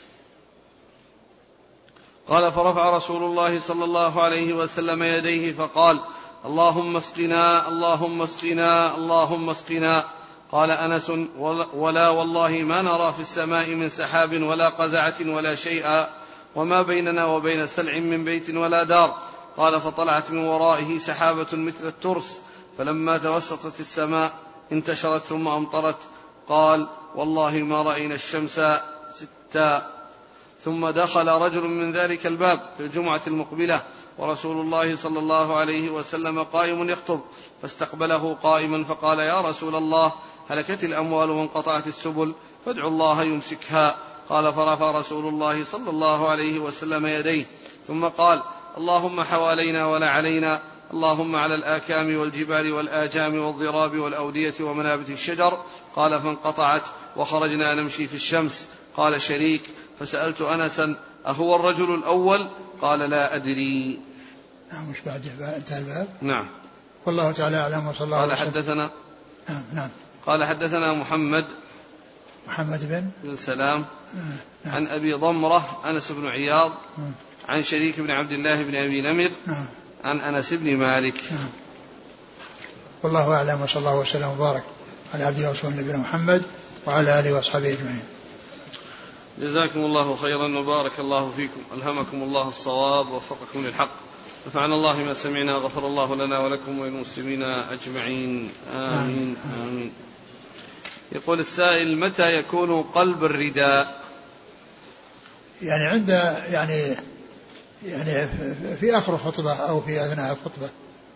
[SPEAKER 1] قال فرفع رسول الله صلى الله عليه وسلم يديه فقال اللهم اسقنا اللهم اسقنا اللهم اسقنا. قال أنس ولا والله ما نرى في السماء من سحاب ولا قزعة ولا شيئا وما بيننا وبين سلع من بيت ولا دار. قال فطلعت من ورائه سحابة مثل الترس فلما توسطت السماء انتشرت ثم أمطرت. قال والله ما رأينا الشمس ستا. ثم دخل رجل من ذلك الباب في الجمعة المقبلة ورسول الله صلى الله عليه وسلم قائم يخطب، فاستقبله قائما فقال: يا رسول الله، هلكت الأموال وانقطعت السبل، فادعوا الله يمسكها. قال: فرفع رسول الله صلى الله عليه وسلم يديه ثم قال: اللهم حوالينا ولا علينا، اللهم على الآكام والجبال والآجام والضراب والأودية ومنابت الشجر. قال: فانقطعت وخرجنا نمشي في الشمس. قال شريك: فسألت أنسا: أهو الرجل الأول؟ قال: لا أدري.
[SPEAKER 2] نعم. مش بعد انتهى الباب؟
[SPEAKER 1] نعم.
[SPEAKER 2] والله تعالى أعلم. وصلى الله عليه وسلم.
[SPEAKER 1] قال حدثنا
[SPEAKER 2] نعم نعم
[SPEAKER 1] قال حدثنا محمد
[SPEAKER 2] محمد بن
[SPEAKER 1] بن سلام
[SPEAKER 2] نعم.
[SPEAKER 1] عن أبي ضمرة أنس بن عياض
[SPEAKER 2] نعم.
[SPEAKER 1] عن شريك بن عبد الله بن أبي نمر
[SPEAKER 2] نعم.
[SPEAKER 1] عن أنس بن مالك.
[SPEAKER 2] نعم. والله أعلم. وصلى الله وسلم وبارك على عبده ورسوله نبينا محمد وعلى آله وأصحابه أجمعين.
[SPEAKER 1] جزاكم الله خيرا وبارك الله فيكم، ألهمكم الله الصواب ووفقكم للحق، نفعنا الله ما سمعنا، غفر الله لنا ولكم وللمسلمين أجمعين، آمين آمين. يقول السائل: متى يكون قلب الرداء؟
[SPEAKER 2] يعني عند يعني يعني في آخر الخطبة أو في أثناء الخطبة.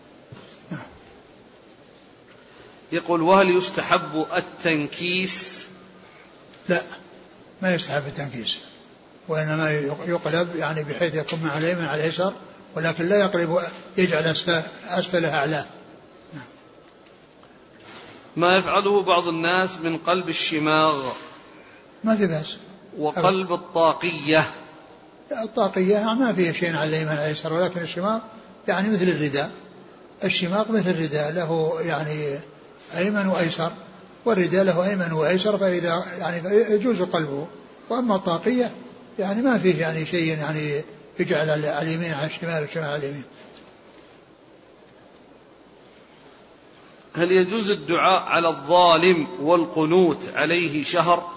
[SPEAKER 1] يقول: وهل يستحب التنكيس؟
[SPEAKER 2] لا، ما يستحب التنكيس، وإنما يقلب يعني بحيث يكون مع اليمين على اليسار، ولكن لا يقلب يجعل أسفلها أعلاه.
[SPEAKER 1] ما يفعله بعض الناس من قلب الشماغ
[SPEAKER 2] ما في بأس.
[SPEAKER 1] وقلب الطاقية.
[SPEAKER 2] الطاقية ما فيها شيء على اليمين على اليسار، ولكن الشماغ يعني مثل الرداء. الشماغ مثل الرداء، له يعني أيمن وأيسر، والرداء له أيمن وأيسر، فإذا يعني يجوز قلبه. وأما الطاقية يعني ما فيه يعني شيء يعني يجعل على اليمين على الشمال والشمال على اليمين.
[SPEAKER 1] هل يجوز الدعاء على الظالم والقنوت عليه شهر؟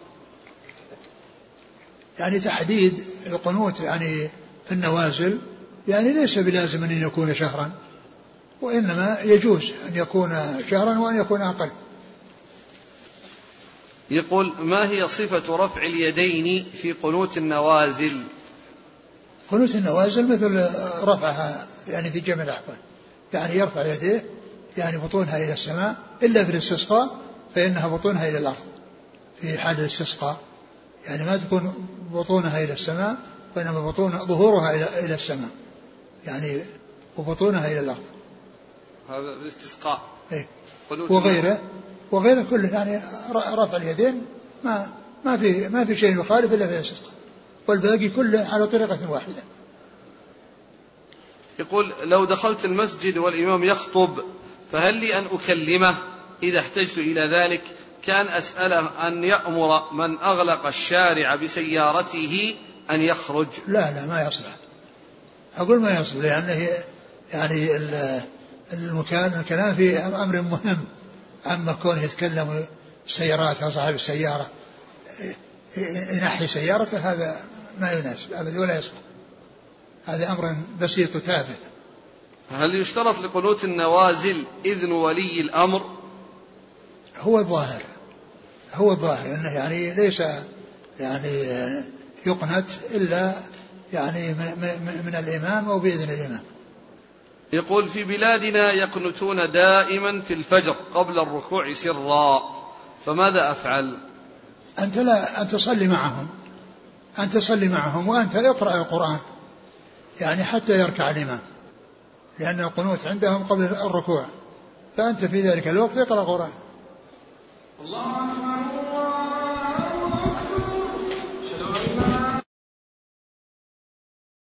[SPEAKER 2] يعني تحديد القنوت يعني في النوازل يعني ليس بلازم أن يكون شهرا، وإنما يجوز أن يكون شهرا وأن يكون أقل.
[SPEAKER 1] يقول: ما هي صفة رفع اليدين في قنوت النوازل؟
[SPEAKER 2] قنوت النوازل مثل رفعها يعني في جميع الأحوال، يعني يرفع يديه يعني بطونها إلى السماء، إلا في الاستسقاء فإنها بطونها إلى الأرض. في حال الاستسقاء يعني ما تكون بطونها إلى السماء، وإنما بطون ظهورها إلى إلى السماء يعني، وبطونها إلى الأرض.
[SPEAKER 1] هذا الاستسقاء.
[SPEAKER 2] إيه. وغيره وغيره كله يعني رفع اليدين ما ما في ما في شيء يخالف إلا في الاستسقاء، والباقي كله على طريقة واحدة.
[SPEAKER 1] يقول: لو دخلت المسجد والإمام يخطب فهل لي أن أكلمه إذا احتجت إلى ذلك؟ كان أسأله أن يأمر من أغلق الشارع بسيارته أن يخرج.
[SPEAKER 2] لا لا ما يصلح، أقول ما يصلح، لأنه يعني المكان الكلام في أمر مهم، أما كونه يتكلم السيارات أو صاحب السيارة ينحي سيارته هذا ما يناسب أبدا ولا يصلح، هذا أمر بسيط وتافه.
[SPEAKER 1] هل يشترط لقنوت النوازل إذن ولي الأمر؟
[SPEAKER 2] هو الظاهر هو الظاهر أنه يعني ليس يعني يقنت إلا يعني من, من, من الإمام أو بإذن الإمام.
[SPEAKER 1] يقول: في بلادنا يقنتون دائما في الفجر قبل الركوع سرا، فماذا أفعل؟
[SPEAKER 2] أنت لا أن تصلي معهم أن تصلي معهم وأنت اقرأ القرآن يعني حتى يركع الإمام، لأن القنوت عندهم قبل الركوع، فأنت في ذلك الوقت اقرأ القرآن. الله أكبر الله أكبر.